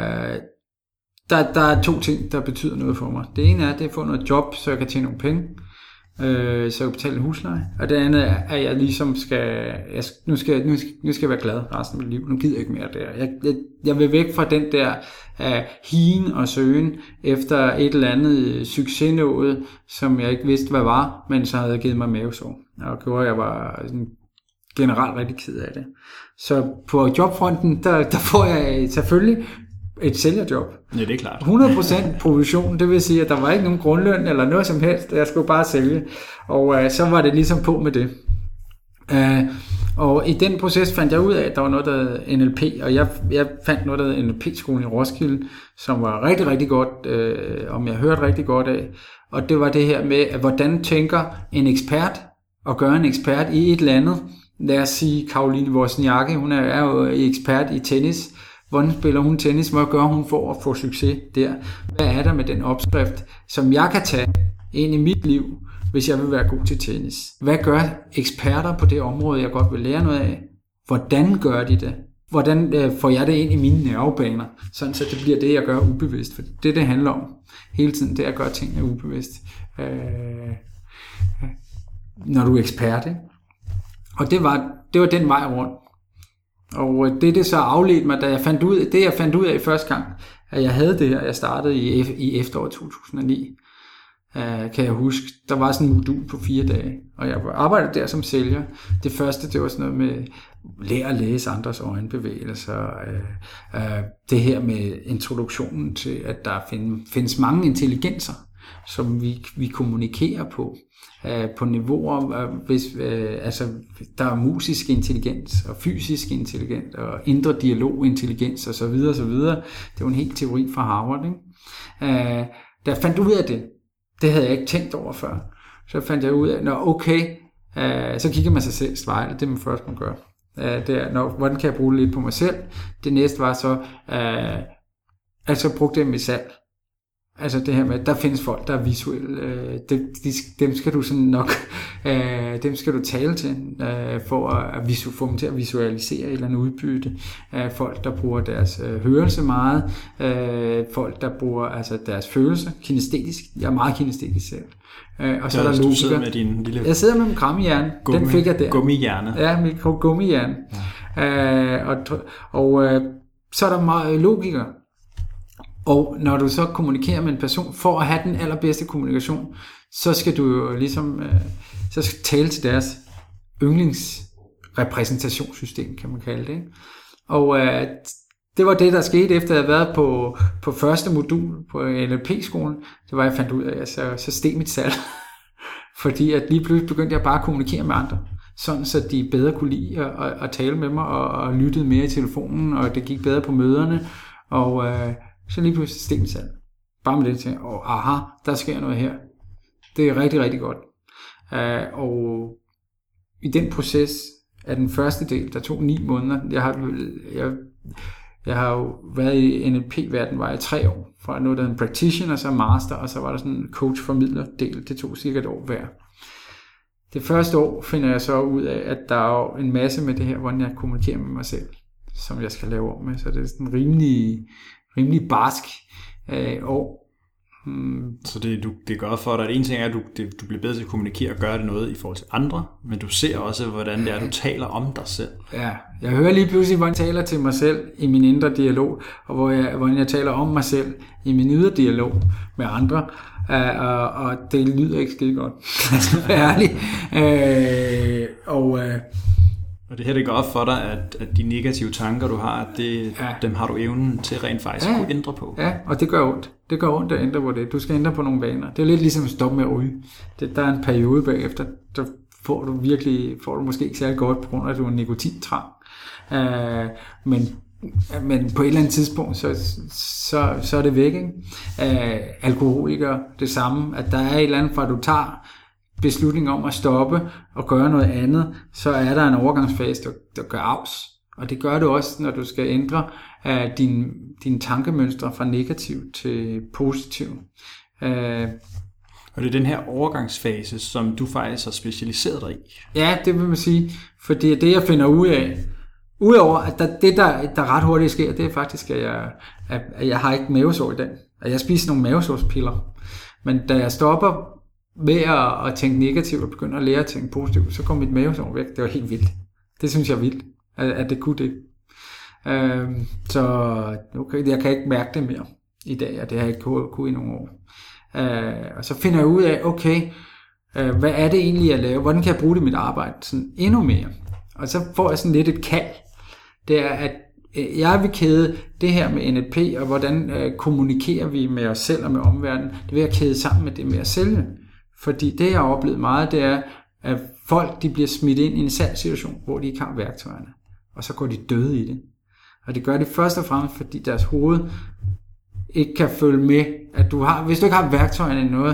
der, der er to ting, der betyder noget for mig. Det ene er, at det er at få noget job, så jeg kan tjene nogle penge. Øh, så jeg kan betale en husleje. Og det andet er, at jeg ligesom skal, jeg, nu, skal nu, skal, nu skal jeg være glad resten af mit liv. Nu gider jeg ikke mere der. Jeg, jeg, jeg vil væk fra den der uh, higen og søgen efter et eller andet succesnået, som jeg ikke vidste, hvad var, men så havde jeg givet mig mavesår. Og gjorde, jeg var sådan, generelt rigtig ked af det. Så på jobfronten, der, der får jeg selvfølgelig et sælgerjob. Ja, det er klart. hundrede procent provision, det vil sige, at der var ikke nogen grundløn eller noget som helst. Jeg skulle bare sælge. Og øh, så var det ligesom på med det. Øh, og i den proces fandt jeg ud af, at der var noget, der hed N L P, og jeg, jeg fandt noget, der hed N L P-skolen i Roskilde, som var rigtig, rigtig godt, øh, om jeg hørte rigtig godt af. Og det var det her med, at hvordan tænker en ekspert og gør en ekspert i et eller andet. Lad os sige, Caroline Wozniacki, hun er, er jo ekspert i tennis. Hvordan spiller hun tennis? Hvad gør hun for at få succes der? Hvad er der med den opskrift, som jeg kan tage ind i mit liv, hvis jeg vil være god til tennis? Hvad gør eksperter på det område, jeg godt vil lære noget af? Hvordan gør de det? Hvordan øh, får jeg det ind i mine nervebaner, sådan så det bliver det, jeg gør ubevidst? For det, det handler om hele tiden, det er at gøre tingene ubevidst. Øh, når du er ekspert, ikke? Og det var, det var den vej rundt. Og det det så afledte mig, da jeg fandt ud af, det jeg fandt ud af første gang, at jeg havde det her, jeg startede i, i efteråret to tusind og ni, uh, kan jeg huske, der var sådan en modul på fire dage, og jeg arbejdede der som sælger. Det første, det var sådan noget med lære at læse andres øjenbevægelser, uh, uh, det her med introduktionen til, at der findes mange intelligenser, som vi, vi kommunikerer på, uh, på niveauer, uh, hvis, uh, altså, der er musisk intelligens, og fysisk intelligens, og indre dialogintelligens, og så videre, så videre. Det var en helt teori fra Harvard, ikke? Uh, der fandt ud af det. Det havde jeg ikke tænkt over før. Så fandt jeg ud af, nå okay, uh, så kigger man sig selv i spejlet, det man først må gøre. Uh, det er, nå, hvordan kan jeg bruge det lidt på mig selv? Det næste var så, uh, altså brugte dem i salg. Altså det her med, der findes folk, der er visuelle, øh, de, de, dem skal du sådan nok, øh, dem skal du tale til, øh, for at visu, få dem til at visualisere et eller andet udbytte. Øh, folk, der bruger deres øh, hørelse meget, øh, folk, der bruger altså deres følelse, kinestetisk, jeg er meget kinestetisk selv. Øh, og så ja, er der logikere. Sidder med din lille... Jeg sidder med min krammehjerne, den fik jeg der. Gummihjerne. Ja, min gummihjerne. Ja. Øh, og og øh, så er der meget logikere. Og når du så kommunikerer med en person, for at have den allerbedste kommunikation, så skal du jo ligesom øh, så skal tale til deres yndlingsrepræsentationssystem, kan man kalde det. Ikke? Og øh, det var det, der skete, efter jeg havde været på, på første modul på N L P-skolen. Det var, jeg fandt ud af, at så, så steg mit salg. Fordi at lige pludselig begyndte jeg bare at kommunikere med andre. Sådan, så de bedre kunne lide at, at, at tale med mig, og, og lyttede mere i telefonen, og det gik bedre på møderne. Og... Øh, så lige pludselig steg mit salg. Bare med det til, og aha, der sker noget her. Det er rigtig, rigtig godt. Uh, og i den proces af den første del, der tog ni måneder, jeg har, jeg, jeg har jo været i N L P-verden, var jeg tre år, fra noget der en practitioner, så master, og så var der sådan en coach-formidler-del, det tog cirka et år hver. Det første år finder jeg så ud af, at der er jo en masse med det her, hvordan jeg kommunikerer med mig selv, som jeg skal lave om med, så det er sådan rimelig... rimelig barsk øh, år. Hmm. Så det, du, det gør for dig, at en ting er, at du, det, du bliver bedre til at kommunikere og gøre det noget i forhold til andre, men du ser også, hvordan det er, du taler om dig selv. Ja, jeg hører lige pludselig, hvordan jeg taler til mig selv i min indre dialog, og hvor jeg, hvordan jeg taler om mig selv i min ydre dialog med andre, uh, og, og det lyder ikke skide godt. Altså, ærligt. Uh, og... Uh, Og det her, det går op for dig, at, at de negative tanker, du har, det, ja. dem har du evnen til rent faktisk ja. at kunne ændre på. Ja, og det gør ondt. Det gør ondt at ændre på det. Du skal ændre på nogle vaner. Det er lidt ligesom at stoppe med at ryge. Det, der er en periode bagefter, der får du virkelig, får du måske ikke særlig godt, på grund af, at du er nikotintrang. Uh, men, men på et eller andet tidspunkt, så, så, så er det væk. Ikke? Uh, alkoholikere, det samme. At der er et eller andet, fra du tager beslutning om at stoppe og gøre noget andet, så er der en overgangsfase, der, der gør afs. Og det gør du også, når du skal ændre uh, din, din tankemønstre fra negativ til positiv. Uh, og det er den her overgangsfase, som du faktisk har specialiseret dig i. Ja, det vil man sige. Fordi det, jeg finder ud af, udover at der, det, der, der ret hurtigt sker, det er faktisk, at jeg, at jeg har ikke mavesår i dag. At jeg spiser nogle mavesårspiller. Men da jeg stopper med at, at tænke negativt og begynder at lære at tænke positivt, så kom mit mavesår væk. Det var helt vildt. Det synes jeg er vildt, at, at det kunne det. Øhm, så okay, jeg kan ikke mærke det mere i dag, og det har jeg ikke kunnet i nogle år. Øh, og så finder jeg ud af, okay, øh, hvad er det egentlig, jeg laver? Hvordan kan jeg bruge det i mit arbejde sådan endnu mere? Og så får jeg sådan lidt et kald. Det er, at øh, jeg vil kæde det her med N L P, og hvordan øh, kommunikerer vi med os selv og med omverdenen, det vil jeg kæde sammen med det med at sælge. Fordi det, jeg har oplevet meget, det er, at folk de bliver smidt ind i en salgssituation, hvor de ikke har værktøjerne. Og så går de døde i det. Og det gør de først og fremmest, fordi deres hoved ikke kan følge med. At du har, hvis du ikke har værktøjerne i noget,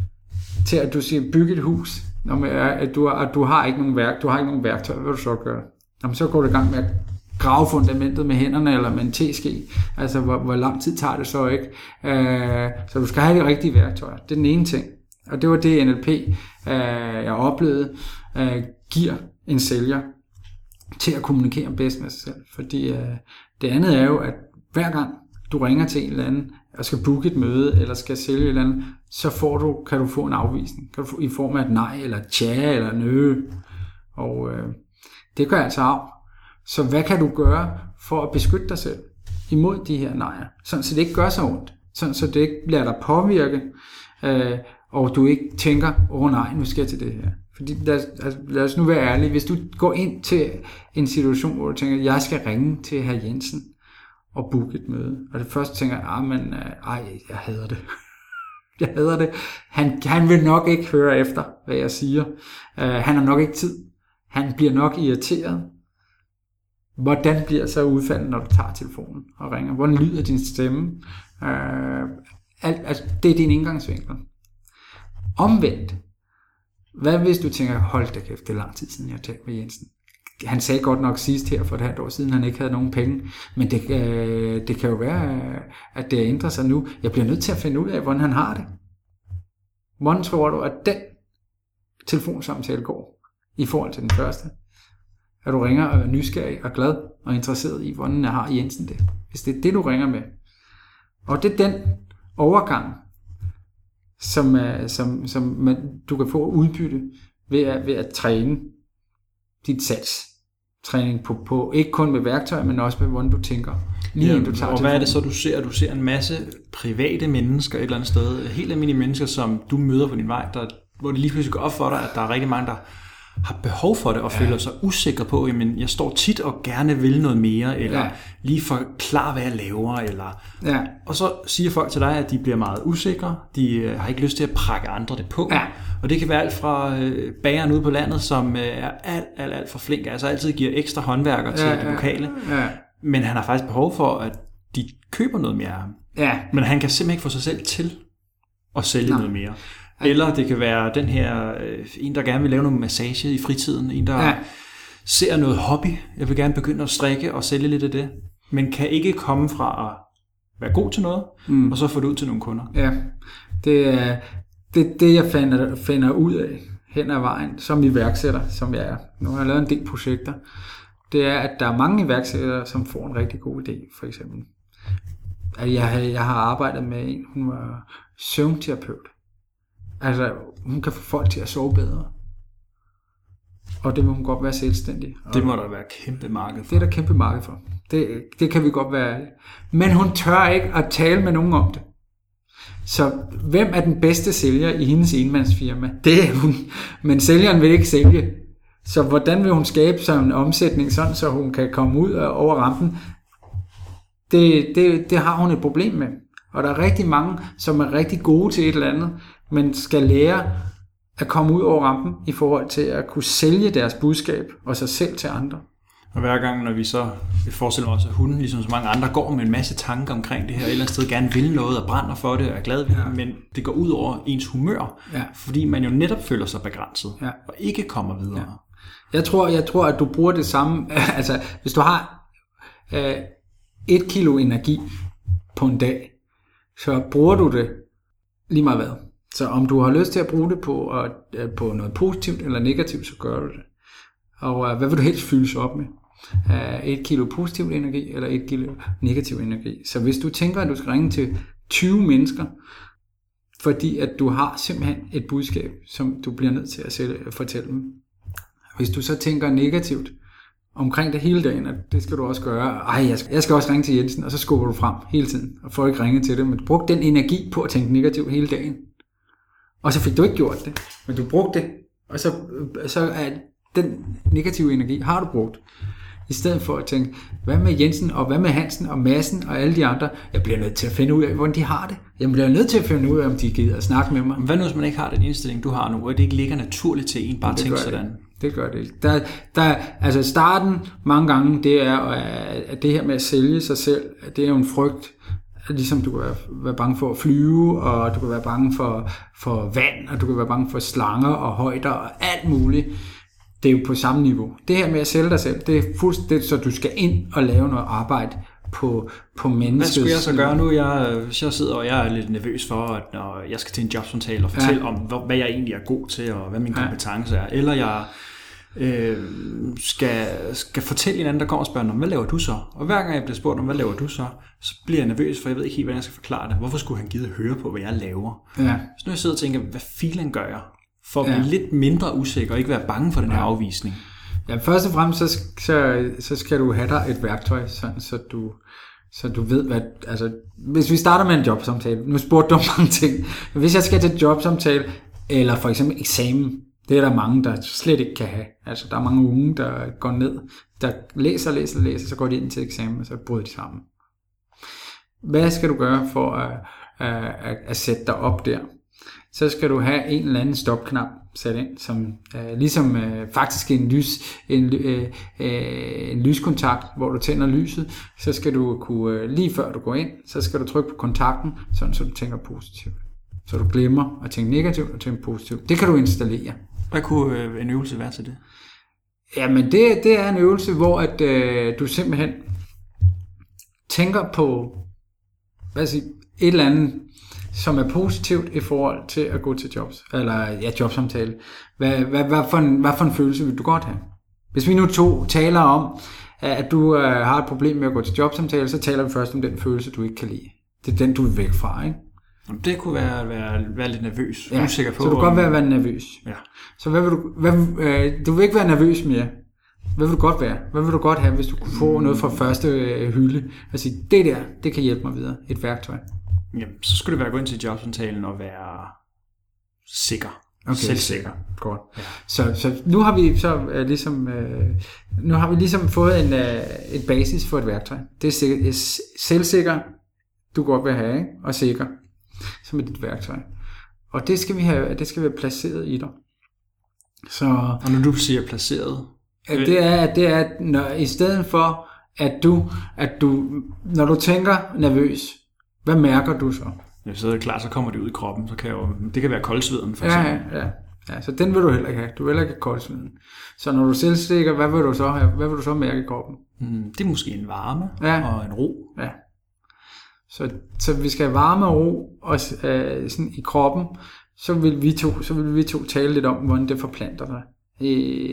til at du siger, bygge et hus, når at du, at du har ikke nogen værk, du har ikke nogen værktøj, hvad vil du så gøre? Jamen, så går du i gang med at grave fundamentet med hænderne eller med en teske. Altså, hvor, hvor lang tid tager det så ikke? Uh, så du skal have de rigtige værktøjer. Det er den ene ting. Og det var det N L P, uh, jeg oplevede, uh, giver en sælger til at kommunikere bedst med sig selv. Fordi uh, det andet er jo, at hver gang du ringer til en eller anden og skal booke et møde eller skal sælge et eller andet, så får du, kan du få en afvisning. Kan du få, i form af et nej eller et tja eller nø. Og uh, det gør altså af. Så hvad kan du gøre for at beskytte dig selv imod de her nejer? Sådan så det ikke gør så ondt. Sådan så det ikke lader dig påvirke. Øh, og du ikke tænker, åh oh, nej, nu skal jeg til det her. Fordi lad, altså, lad os nu være ærlige, hvis du går ind til en situation, hvor du tænker, jeg skal ringe til hr. Jensen og booke et møde, og det første tænker, ah, men, ej, jeg hader det. jeg hader det. Han, han vil nok ikke høre efter, hvad jeg siger. Uh, han har nok ikke tid. Han bliver nok irriteret. Hvordan bliver så udfaldet, når du tager telefonen og ringer? Hvordan lyder din stemme? Uh, alt, altså, det er din indgangsvinkel. Omvendt. Hvad hvis du tænker, hold da kæft, det er lang tid siden, jeg talte med Jensen. Han sagde godt nok sidst her for et halvt år siden, han ikke havde nogen penge. Men det, øh, det kan jo være, at det ændrer sig nu. Jeg bliver nødt til at finde ud af, hvordan han har det. Hvordan tror du, at den telefonsamtale går i forhold til den første? At du ringer og er nysgerrig og glad og interesseret i, hvordan jeg har Jensen det. Hvis det er det, du ringer med. Og det er den overgang, som, som, som man, du kan få udbytte ved at, ved at træne dit salgstræning på, på, ikke kun med værktøj, men også med, hvordan du tænker. Lige ja, du tager og hvad er det så, du ser? Du ser en masse private mennesker et eller andet sted, helt almindelige mennesker, som du møder på din vej, der, hvor det lige pludselig går op for dig, at der er rigtig mange, der har behov for det, og ja. føler sig usikre på, jamen jeg står tit og gerne vil noget mere, eller ja. lige forklare, hvad jeg laver, eller... Ja. Og så siger folk til dig, at de bliver meget usikre, de har ikke lyst til at prakke andre det på, ja. og det kan være alt fra øh, bageren ude på landet, som øh, er alt, alt, alt for flink, altså altid giver ekstra håndværker til ja, det lokale, ja. Ja. men han har faktisk behov for, at de køber noget mere af ham. Ja. Men han kan simpelthen ikke få sig selv til at sælge Nej. noget mere. Eller det kan være den her, øh, en der gerne vil lave noget massage i fritiden, en der ja. ser noget hobby, jeg vil gerne begynde at strikke og sælge lidt af det, men kan ikke komme fra at være god til noget, mm. og så få det ud til nogle kunder. Ja, det er det, det jeg finder, finder ud af hen ad vejen, som iværksætter, som jeg er. Nu har jeg lavet en del projekter. Det er, at der er mange iværksættere, som får en rigtig god idé, for eksempel. At jeg, jeg har arbejdet med en, hun var søvnterapeut. Altså, hun kan få folk til at sove bedre. Og det må hun godt være selvstændig. Det må der være kæmpe marked for. Det er der kæmpe marked for. Det, det kan vi godt være. Men hun tør ikke at tale med nogen om det. Så hvem er den bedste sælger i hendes enmandsfirma? Det er hun. Men sælgeren vil ikke sælge. Så hvordan vil hun skabe sig en omsætning, sådan så hun kan komme ud over rampen? Det, det, det har hun et problem med. Og der er rigtig mange, som er rigtig gode til et eller andet, men skal lære at komme ud over rampen i forhold til at kunne sælge deres budskab og sig selv til andre. Og hver gang, når vi så vi forestiller os, at hunden, ligesom så mange andre, går med en masse tanker omkring det her, et eller andet sted gerne vil noget og brænder for det og er glad ved det, ja. men det går ud over ens humør, ja. fordi man jo netop føler sig begrænset ja. og ikke kommer videre. Ja. Jeg tror, jeg tror, at du bruger det samme, altså hvis du har øh, et kilo energi på en dag, så bruger du det lige meget hvad. Så om du har lyst til at bruge det på, at, på noget positivt eller negativt, så gør du det. Og uh, hvad vil du helst fyldes op med? Uh, et kilo positiv energi eller et kilo negativ energi? Så hvis du tænker, at du skal ringe til tyve mennesker, fordi at du har simpelthen et budskab, som du bliver nødt til at sælge, fortælle dem. Hvis du så tænker negativt omkring det hele dagen, at det skal du også gøre. Ej, jeg skal, jeg skal også ringe til Jensen, og så skubber du frem hele tiden, og får ikke ringet til det. Men du brugte den energi på at tænke negativt hele dagen. Og så fik du ikke gjort det, men du brugte det, og så, så er den negative energi, har du brugt. I stedet for at tænke, hvad med Jensen, og hvad med Hansen, og Madsen, og alle de andre. Jeg bliver nødt til at finde ud af, hvordan de har det. Jeg bliver nødt til at finde ud af, om de gider at snakke med mig. Hvad nu, hvis man ikke har den indstilling, du har nu, og det ikke ligger naturligt til en, bare det tænke sådan? Det. det gør det ikke. Der, der, altså starten, mange gange, det er, at det her med at sælge sig selv, det er jo en frygt. Ligesom du kan være, være bange for at flyve, og du kan være bange for, for vand, og du kan være bange for slanger og højder og alt muligt. Det er jo på samme niveau. Det her med at sælge dig selv, det er fuldstændig, så du skal ind og lave noget arbejde på, på mennesket. Hvad skulle jeg så gøre nu? Jeg, hvis jeg sidder og jeg er lidt nervøs for, at når jeg skal til en jobsamtale og fortælle ja. om, hvad jeg egentlig er god til, og hvad min kompetence er, eller jeg øh, skal, skal fortælle en anden, der kommer og spørger, hvad laver du så? Og hver gang jeg bliver spurgt om, hvad laver du så? Så bliver jeg nervøs, for jeg ved ikke helt, hvordan jeg skal forklare det. Hvorfor skulle han give at høre på, hvad jeg laver? Ja. Så nu jeg sidder og tænker, hvad filen gør jeg? For at blive ja. lidt mindre usikker, og ikke være bange for den her ja. afvisning. Ja, først og fremmest, så, så, så skal du have dig et værktøj, sådan, så, du, Så du ved, hvad... Altså, hvis vi starter med en jobsamtale, nu spurgte du om mange ting. Hvis jeg skal til jobsamtale, eller for eksempel eksamen, det er der mange, der slet ikke kan have. Altså, der er mange unge, der går ned, der læser, læser, læser, så går de ind til eksamen, og så bryder de sammen. Hvad skal du gøre for at, at, at sætte dig op der? Så skal du have en eller anden stopknap sat ind, som uh, ligesom uh, faktisk en, lys, en, uh, uh, en lyskontakt, hvor du tænder lyset. Så skal du kunne, uh, lige før du går ind, så skal du trykke på kontakten, sådan så du tænker positivt. Så du glemmer at tænke negativt og tænke positivt. Det kan du installere. Hvad kunne øh, en øvelse være til det? Jamen det, det er en øvelse, hvor at, øh, du simpelthen tænker på hvad siger, et eller andet, som er positivt i forhold til at gå til jobs, eller ja, jobsamtale. Hvad, hvad, hvad, for en, hvad for en følelse vil du godt have? Hvis vi nu to taler om, at du øh, har et problem med at gå til jobsamtale, så taler vi først om den følelse, du ikke kan lide. Det er den, du vil væk fra, ikke? Det kunne være at være, være lidt nervøs, ja, usikker på. Så du kan godt være, være nervøs. Ja. Så hvad vil du, hvad, øh, du vil ikke være nervøs mere. Hvad vil du godt være? Hvad vil du godt have, hvis du kunne få noget fra første øh, hylde? Og sige, det der, det kan hjælpe mig videre. Et værktøj. Jamen, så skulle det være at gå ind til jobsamtalen og være sikker. Okay, selvsikker. Godt. Ja. Så, så nu har vi så uh, ligesom uh, nu har vi ligesom fået en uh, et basis for et værktøj. Det er, sikker, er selvsikker, du godt vil have, ikke? Og sikker, som er dit værktøj. Og det skal vi have, det skal være placeret i dig. Så og når du siger placeret, det er det er når, i stedet for at du at du når du tænker nervøs, hvad mærker du så? Hvis det er klar, så kommer det ud i kroppen, så kan jo, det kan være koldsveden for eksempel. Ja, ja, ja, så den vil du heller ikke have. Du vil heller ikke have koldsveden. Så når du er selvsikker, hvad vil du så have? Hvad vil du så mærke i kroppen? Hmm, det er måske en varme ja. og en ro. Ja. Så, så vi skal have varme og ro og, øh, sådan i kroppen, så vil vi to, så vil vi to tale lidt om, hvordan det forplanter dig i,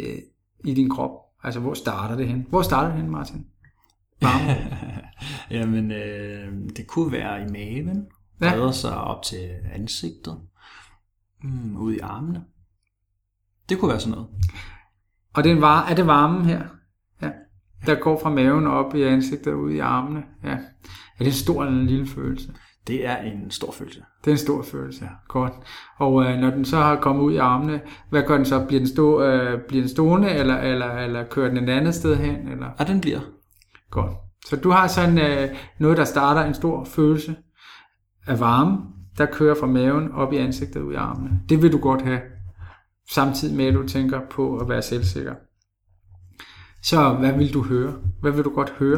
i din krop. Altså, hvor starter det hen? Hvor starter det hen, Martin? Varme. Jamen, øh, det kunne være i maven. Breder ja. sig op til ansigtet, mm, ud i armene. Det kunne være sådan noget. Og det er, var- er det varmen her? Ja. Der går fra maven op i ansigtet og ud i armene. Ja. Er det en stor eller en lille følelse? Det er en stor følelse. Det er en stor følelse, ja. Godt. Og øh, når den så har kommet ud i armene, hvad gør den så? Bliver den, stå, øh, bliver den stående, eller, eller, eller kører den et andet sted hen? Eller? Ja, den bliver. Godt. Så du har sådan øh, noget, der starter en stor følelse af varme, der kører fra maven op i ansigtet ud i armene. Det vil du godt have, samtidig med at du tænker på at være selvsikker. Så hvad vil du høre? Hvad vil du godt høre?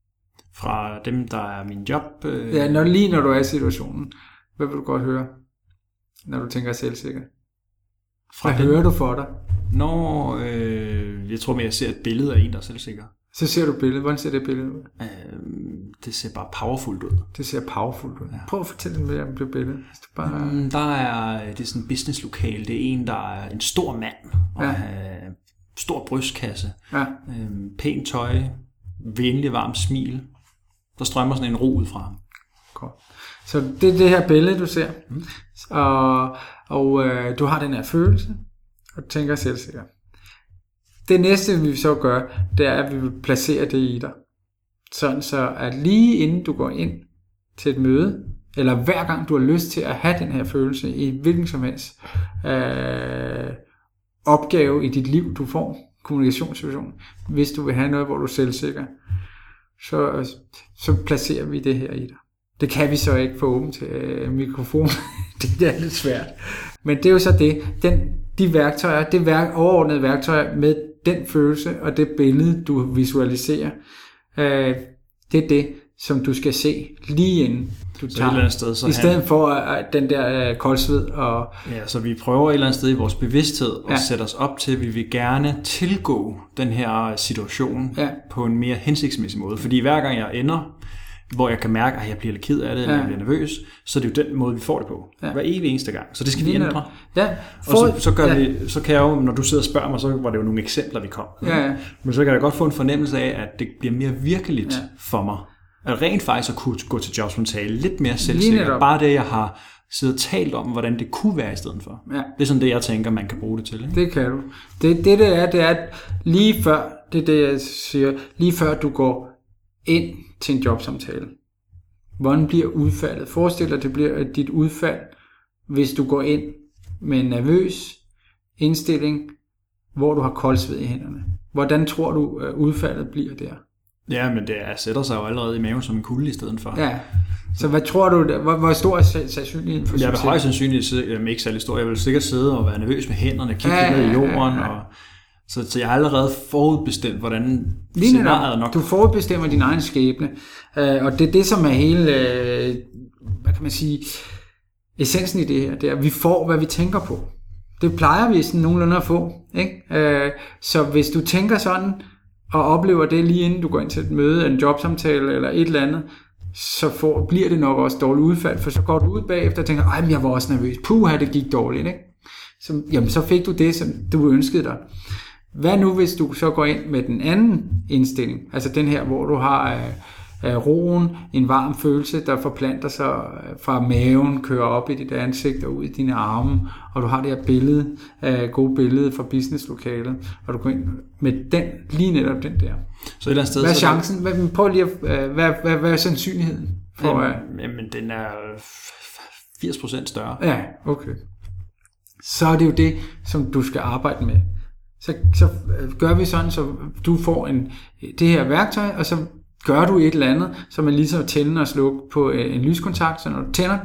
Fra dem, der er min job? Øh... Ja, når, lige når du er i situationen. Hvad vil du godt høre, når du tænker selvsikker? Hvad Fra hører du for dig? Når øh, jeg tror mere, jeg ser et billede af en, der er selvsikker. Så ser du billedet. Hvordan ser det billede ud? Øh, det ser bare powerfult ud. Det ser powerfult ud. Ja. Prøv at fortælle mig om det billede. Det bare... mm, der er, det er sådan en businesslokale. Det er en, der er en stor mand. Og ja. øh, stor brystkasse. Ja. Øh, pænt tøj. Venlig, varmt smil. Der strømmer sådan en ro ud fra ham. Godt. Så det er det her billede, du ser. Mm. Og, og øh, du har den her følelse. Og du tænker selvsikker. Det næste, vi så gør, det er, at vi vil placere det i dig. Sådan så, at lige inden du går ind til et møde, eller hver gang du har lyst til at have den her følelse i hvilken som helst øh, opgave i dit liv, du får, kommunikationssituation, hvis du vil have noget, hvor du er selvsikker, så, så placerer vi det her i dig. Det kan vi så ikke få åbent til øh, mikrofon. Det er lidt svært. Men det er jo så det. Den, de værktøjer, det værk, overordnede værktøjer med den følelse og det billede, du visualiserer, øh, det er det, som du skal se lige inden du så tager. Et eller andet sted, så I stedet han... for uh, den der uh, koldsved. Og... Ja, så vi prøver et eller andet sted i vores bevidsthed at ja. sætte os op til, at vi vil gerne tilgå den her situation ja. på en mere hensigtsmæssig måde. Fordi hver gang jeg ender, hvor jeg kan mærke, at jeg bliver lidt ked af det, eller ja. jeg bliver nervøs, så er det jo den måde, vi får det på. Ja. Hver evig eneste gang. Så det skal vi ændre. Ja. For... Og så, så, gør ja. vi, så kan jeg jo, når du sidder og spørger mig, så var det jo nogle eksempler, vi kom. Ja, ja. Men så kan jeg godt få en fornemmelse af, at det bliver mere virkeligt ja. for mig. At rent faktisk at kunne gå til jobsamtale lidt mere selvsikker. Bare det, jeg har siddet og talt om, hvordan det kunne være i stedet for. Ja. Det er sådan det, jeg tænker, man kan bruge det til. Ikke? Det kan du. Det, det, det er, det er lige før, det er det, jeg siger, lige før du går ind til en jobsamtale. Hvordan bliver udfaldet? Forestil dig, det bliver dit udfald, hvis du går ind med en nervøs indstilling, hvor du har koldsved i hænderne. Hvordan tror du, at udfaldet bliver der? Ja, men det er, sætter sig jo allerede i maven som en kulde i stedet for. Ja, så hvad tror du, hvor, hvor stor er sandsynligheden for succes? Jeg vil højst sandsynligt, ikke særlig stor, jeg vil sikkert sidde og være nervøs med hænderne, kigge ja, ned i jorden, ja, ja. Og, så, så jeg har allerede forudbestemt, hvordan scenariet nok... Du forudbestemmer din egen skæbne, øh, og det er det, som er hele, øh, hvad kan man sige, essensen i det her, det er, at vi får, hvad vi tænker på. Det plejer vi sådan nogenlunde at få, ikke? Øh, så hvis du tænker sådan, og oplever det lige inden du går ind til et møde, en jobsamtale eller et eller andet, så får, bliver det nok også dårligt udfald, for så går du ud bagefter og tænker, ej, men jeg var også nervøs, puha, det gik dårligt, ikke? Så, jamen, så fik du det, som du ønskede dig. Hvad nu, hvis du så går ind med den anden indstilling, altså den her, hvor du har øh, øh, roen, en varm følelse, der forplanter sig fra maven, kører op i dit ansigt og ud i dine arme, og du har det her billede, øh, gode billede fra businesslokalet, og du går ind med den, lige netop den der. Så et eller andet sted, hvad er chancen? Hvad, prøv lige at, øh, hvad, hvad, hvad er sandsynligheden? For, jamen, øh, jamen, den er firs procent større. Ja, okay. Så er det jo det, som du skal arbejde med. Så, så gør vi sådan, så du får en, det her værktøj, og så gør du et eller andet, som er ligesom at tænde og slukke på en lyskontakt, så når du tænder,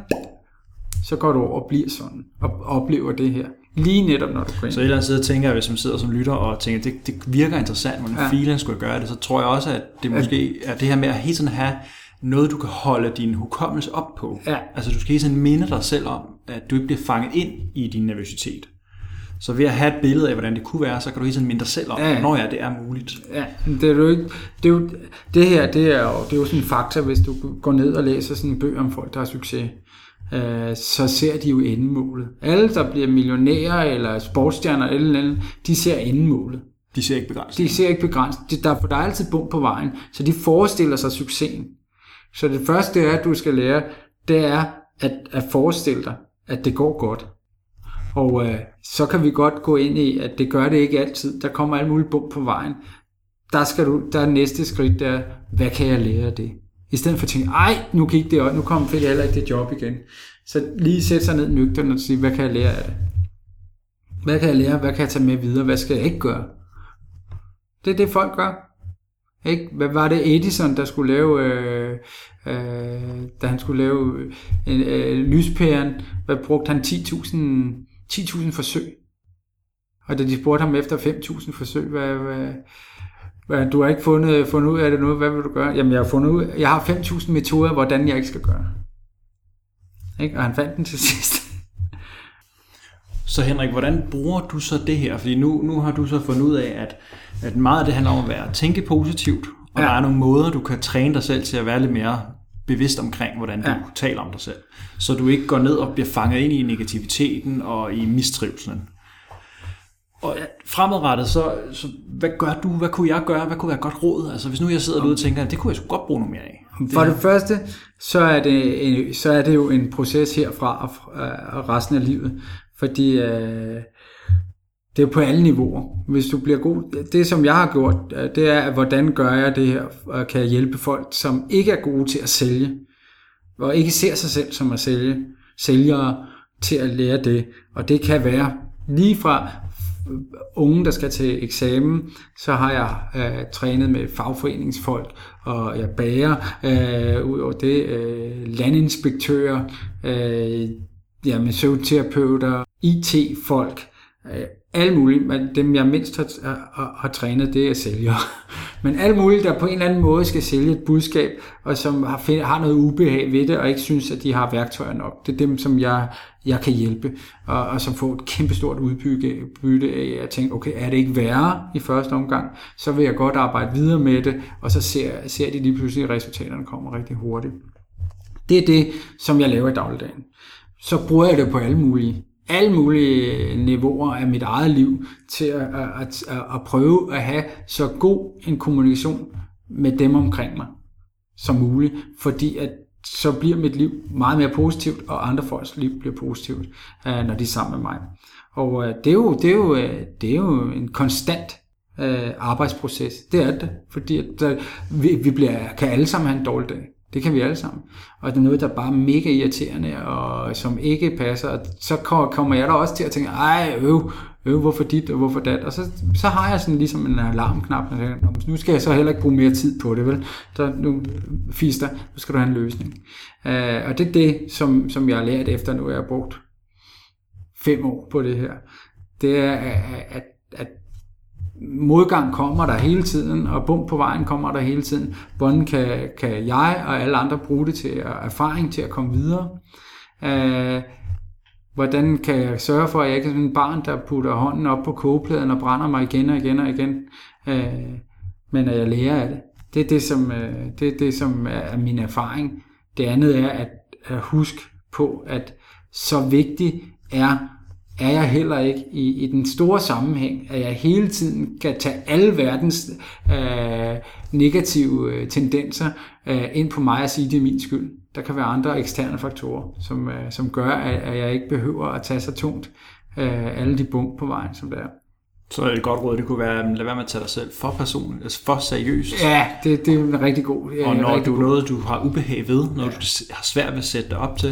så går du over og bliver sådan, og oplever det her. Lige netop, når du går ind. Så et eller andet sted tænker jeg, hvis man sidder som lytter og tænker, det, det virker interessant, hvordan ja. Filen skulle gøre det, så tror jeg også, at det måske er det her med at hele tiden have noget, du kan holde din hukommelse op på. Ja. Altså du skal hele tiden minde dig selv om, at du ikke bliver fanget ind i din nervøsitet. Så ved at have et billede af, hvordan det kunne være, så kan du hele tiden minde dig selv om, ja. Når ja, det er muligt. Ja, det er jo ikke, det, er jo, det her, det er, jo, det er jo sådan en fakta, hvis du går ned og læser sådan en bøger om folk, der har succes, øh, så ser de jo endemålet. Alle, der bliver millionærer eller sportsstjerner eller andet, de ser endemålet. De ser ikke begrænsning. De ser ikke begrænsning. Der, for der er altid bump på vejen, så de forestiller sig succesen. Så det første, det er, at du skal lære, det er at, at forestille dig, at det går godt. Og øh, så kan vi godt gå ind i, at det gør det ikke altid. Der kommer alle mulige bump på vejen. Der skal du, der er næste skridt, der hvad kan jeg lære af det? I stedet for at tænke, ej, nu gik det også, nu kom, fik jeg heller ikke det job igen. Så lige sætte sig ned nøgtern og sige, hvad kan jeg lære af det? Hvad kan jeg lære? Hvad kan jeg tage med videre? Hvad skal jeg ikke gøre? Det er det, folk gør. Ikke? Hvad var det Edison, der skulle lave, øh, øh, da han skulle lave øh, øh, lyspæren? Hvad brugte han ti tusind forsøg? Og da de spurgte ham efter fem tusind forsøg, hvad, hvad, hvad, du har ikke fundet, fundet ud af det nu, hvad vil du gøre? Jamen, jeg har fundet ud, jeg har fem tusind metoder, hvordan jeg ikke skal gøre. Ikke? Og han fandt den til sidst. Så Henrik, hvordan bruger du så det her? Fordi nu, nu har du så fundet ud af, at, at meget af det handler om at være tænke positivt, og ja. Der er nogle måder, du kan træne dig selv til at være lidt mere bevidst omkring, hvordan du ja. Taler om dig selv. Så du ikke går ned og bliver fanget ind i negativiteten og i mistrivselen. Og fremadrettet, så, så hvad gør du? Hvad kunne jeg gøre? Hvad kunne være godt råd? Altså hvis nu jeg sidder derude og tænker, det kunne jeg sgu godt bruge noget mere af. Det For det første, så er det, en, så er det jo en proces herfra og resten af livet. Fordi øh, det er på alle niveauer. Hvis du bliver god, det som jeg har gjort, det er, hvordan gør jeg det her, og kan jeg hjælpe folk, som ikke er gode til at sælge, og ikke ser sig selv som at sælge, sælgere til at lære det. Og det kan være lige fra unge, der skal til eksamen, så har jeg øh, trænet med fagforeningsfolk, og jeg bager, øh, ud over det, øh, landinspektører, øh, ja, med søvnterapeuter, I T-folk, øh, alle mulige, men dem jeg mindst har, har, har trænet, det er sælgere. Men alle mulige, der på en eller anden måde skal sælge et budskab, og som har, har noget ubehag ved det, og ikke synes, at de har værktøjer nok. Det er dem, som jeg, jeg kan hjælpe, og, og som får et kæmpestort udbytte af at tænke, okay, er det ikke værre i første omgang, så vil jeg godt arbejde videre med det, og så ser, ser de lige pludselig, at resultaterne kommer rigtig hurtigt. Det er det, som jeg laver i dagligdagen. Så bruger jeg det på alle mulige, alle mulige niveauer af mit eget liv til at, at, at, at prøve at have så god en kommunikation med dem omkring mig som muligt, fordi at så bliver mit liv meget mere positivt, og andre folks liv bliver positivt, når de er sammen med mig. Og det er jo, det er jo, det er jo en konstant øh, arbejdsproces. Det er det, fordi at, der, vi, vi bliver, kan alle sammen have en dårlig dag. Det kan vi alle sammen. Og det er noget, der er bare mega irriterende, og som ikke passer. Og så kommer jeg da også til at tænke, ej, øv, øv, hvorfor dit, og hvorfor dat? Og så, så har jeg sådan ligesom en alarmknap, og tænker, nu skal jeg så heller ikke bruge mere tid på det, vel? Så nu, fister, nu skal du have en løsning. Uh, og det er det, som, som jeg har lært efter nu, jeg har brugt fem år på det her. Det er, at, at modgang kommer der hele tiden, og bump på vejen kommer der hele tiden. Hvordan kan, kan jeg og alle andre bruge det til erfaring til at komme videre? Uh, hvordan kan jeg sørge for, at jeg ikke er sådan en barn, der putter hånden op på kogepladen og brænder mig igen og igen og igen, uh, men at jeg lærer af det. Det er det, som, uh, det, er det, som er min erfaring. Det andet er at, at huske på, at så vigtigt er er jeg heller ikke i, i den store sammenhæng, at jeg hele tiden kan tage alle verdens øh, negative øh, tendenser øh, ind på mig og sige, det er min skyld. Der kan være andre eksterne faktorer, som, øh, som gør, at, at jeg ikke behøver at tage så tungt øh, alle de bump på vejen, som det er. Så et godt råd, det kunne være, at lad være med at tage dig selv for personligt, altså for seriøst. Ja, det, det er en rigtig god. Ja, og når rigtig du god. noget, du har ubehag ved, når ja. du har svært ved at sætte dig op til,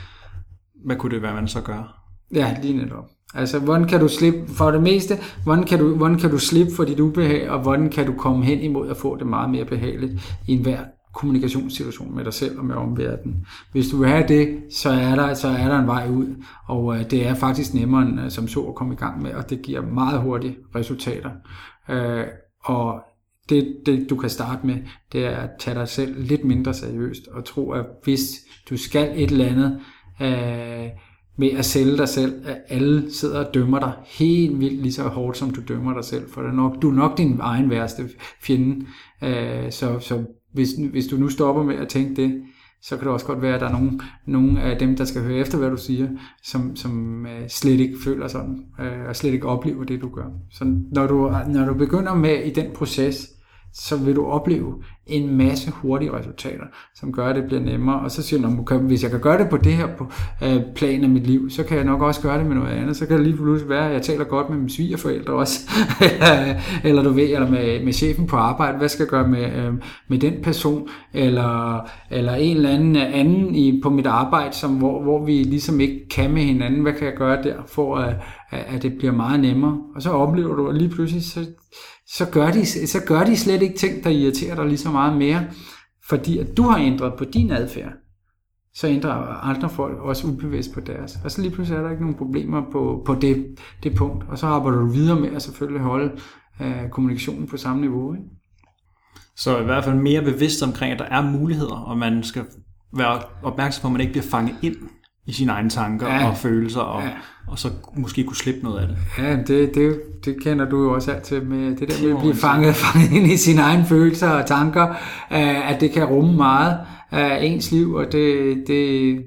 hvad kunne det være, man så gør? Ja, lige netop. Altså, hvordan kan du slippe for det meste, hvordan kan du, hvordan kan du slippe for dit ubehag, og hvordan kan du komme hen imod at få det meget mere behageligt i enhver kommunikationssituation med dig selv og med omverdenen. Hvis du vil have det, så er der, så er der en vej ud, og uh, det er faktisk nemmere end uh, som så at komme i gang med, og det giver meget hurtige resultater. Uh, og det, det, du kan starte med, det er at tage dig selv lidt mindre seriøst, og tro, at hvis du skal et eller andet, uh, med at sælge dig selv, at alle sidder og dømmer dig helt vildt lige så hårdt, som du dømmer dig selv, for det er nok, du er nok din egen værste fjende. Så, så hvis, hvis du nu stopper med at tænke det, så kan det også godt være, at der er nogen, nogen af dem, der skal høre efter, hvad du siger, som, som slet ikke føler sådan, og slet ikke oplever det, du gør. Så når du, når du begynder med i den proces, så vil du opleve en masse hurtige resultater, som gør, at det bliver nemmere. Og så siger du, hvis jeg kan gøre det på det her på, øh, plan af mit liv, så kan jeg nok også gøre det med noget andet. Så kan det lige pludselig være, at jeg taler godt med mine svigerforældre også, eller du ved, eller med, med chefen på arbejde, hvad skal jeg gøre med, øh, med den person, eller, eller en eller anden anden i, på mit arbejde, som, hvor, hvor vi ligesom ikke kan med hinanden. Hvad kan jeg gøre der, for at, at det bliver meget nemmere? Og så oplever du, at lige pludselig, så Så gør, de, så gør de slet ikke ting, der irriterer dig lige så meget mere, fordi at du har ændret på din adfærd, så ændrer andre folk også ubevidst på deres. Og så lige pludselig er der ikke nogen problemer på, på det, det punkt, og så arbejder du videre med at selvfølgelig holde øh, kommunikationen på samme niveau. Ikke? Så i hvert fald mere bevidst omkring, at der er muligheder, og man skal være opmærksom på, at man ikke bliver fanget ind i sine egne tanker ja. og følelser, og, ja. og så måske kunne slippe noget af det. Ja, det, det, det kender du jo også altid med det der med at blive fanget, fanget ind i sine egne følelser og tanker, at det kan rumme meget af ens liv, og det, det,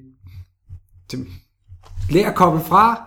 det lær at koble fra,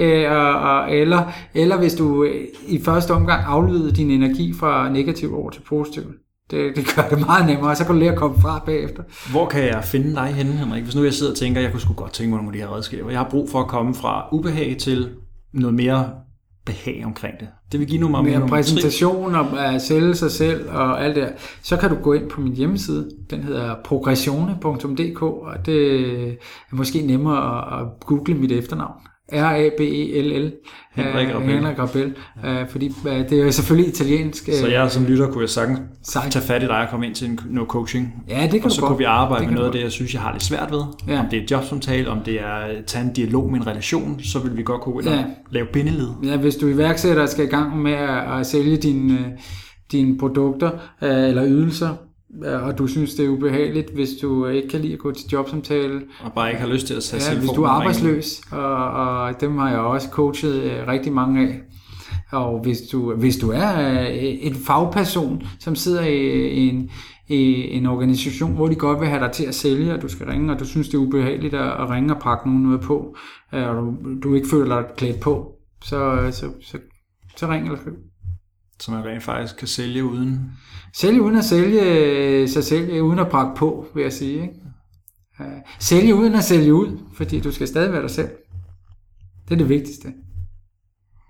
eller, eller hvis du i første omgang afleder din energi fra negativ over til positiv. Det, det gør det meget nemmere, og så kan du lære at komme fra bagefter. Hvor kan jeg finde dig henne, Henrik? Hvis nu jeg sidder og tænker, jeg kunne sgu godt tænke mig nogle af de her redskaber. Jeg har brug for at komme fra ubehag til noget mere behag omkring det. Det vil give nogle mere præsentation og at sælge sig selv og alt det. Så kan du gå ind på min hjemmeside. Den hedder progressione punktum d k, og det er måske nemmere at google mit efternavn. R A B E L L. Henrik Rabel. Henrik Rabel. Ja. Fordi det er jo selvfølgelig italiensk. Så jeg som lytter kunne jeg sagtens tage fat i dig og komme ind til noget coaching. Ja, det kan og så du kunne godt. vi arbejde med noget af det, jeg synes, jeg har lidt svært ved. Ja. Om det er jobsamtale, om det er at tage en dialog med en relation, så vil vi godt kunne ja. lave bindeled. Ja, hvis du iværksætter og skal i gang med at, at sælge dine, dine produkter eller ydelser, og du synes, det er ubehageligt, hvis du ikke kan lide at gå til jobsamtale. Og bare ikke har lyst til at sætte ja, hvis du er arbejdsløs, og, og dem har jeg også coachet rigtig mange af. Og hvis du, hvis du er en fagperson, som sidder i en, i en organisation, hvor de godt vil have dig til at sælge, og du skal ringe, og du synes, det er ubehageligt at ringe og pakke nogen noget på, og du, du ikke føler dig klædt på, så, så, så, så ring eller skriv. Så man rent faktisk kan sælge uden... Sælge uden at sælge sig selv, uden at pakke på, vil jeg sige. Ikke? Sælge uden at sælge ud, fordi du skal stadig være dig selv. Det er det vigtigste.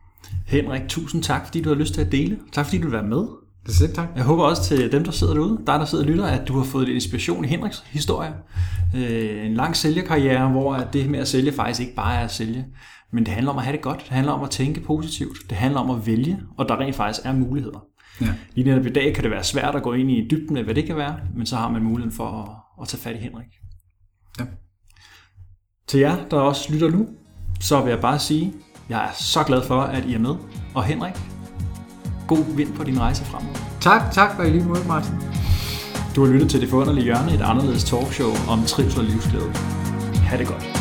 Henrik, tusind tak, fordi du har lyst til at dele. Tak, fordi du vil være med. Det selv tak. Jeg håber også til dem, der sidder derude, dig, der sidder og lytter, at du har fået lidt inspiration i Henriks historie. Øh, en lang sælgerkarriere, hvor det med at sælge faktisk ikke bare er at sælge, men det handler om at have det godt. Det handler om at tænke positivt. Det handler om at vælge, og der rent faktisk er muligheder. Ja. Lige netop i dag kan det være svært at gå ind i dybden med, hvad det kan være, men så har man muligheden for at, at tage fat i Henrik. Ja. Til jer, der også lytter nu, så vil jeg bare sige, jeg er så glad for, at I er med. Og Henrik, god vind på din rejse fremover. Tak, tak og i lige måde, Martin. Du har lyttet til Det Forunderlige Hjørne, et anderledes talkshow om trivsel og livsglæde. Ha' det godt.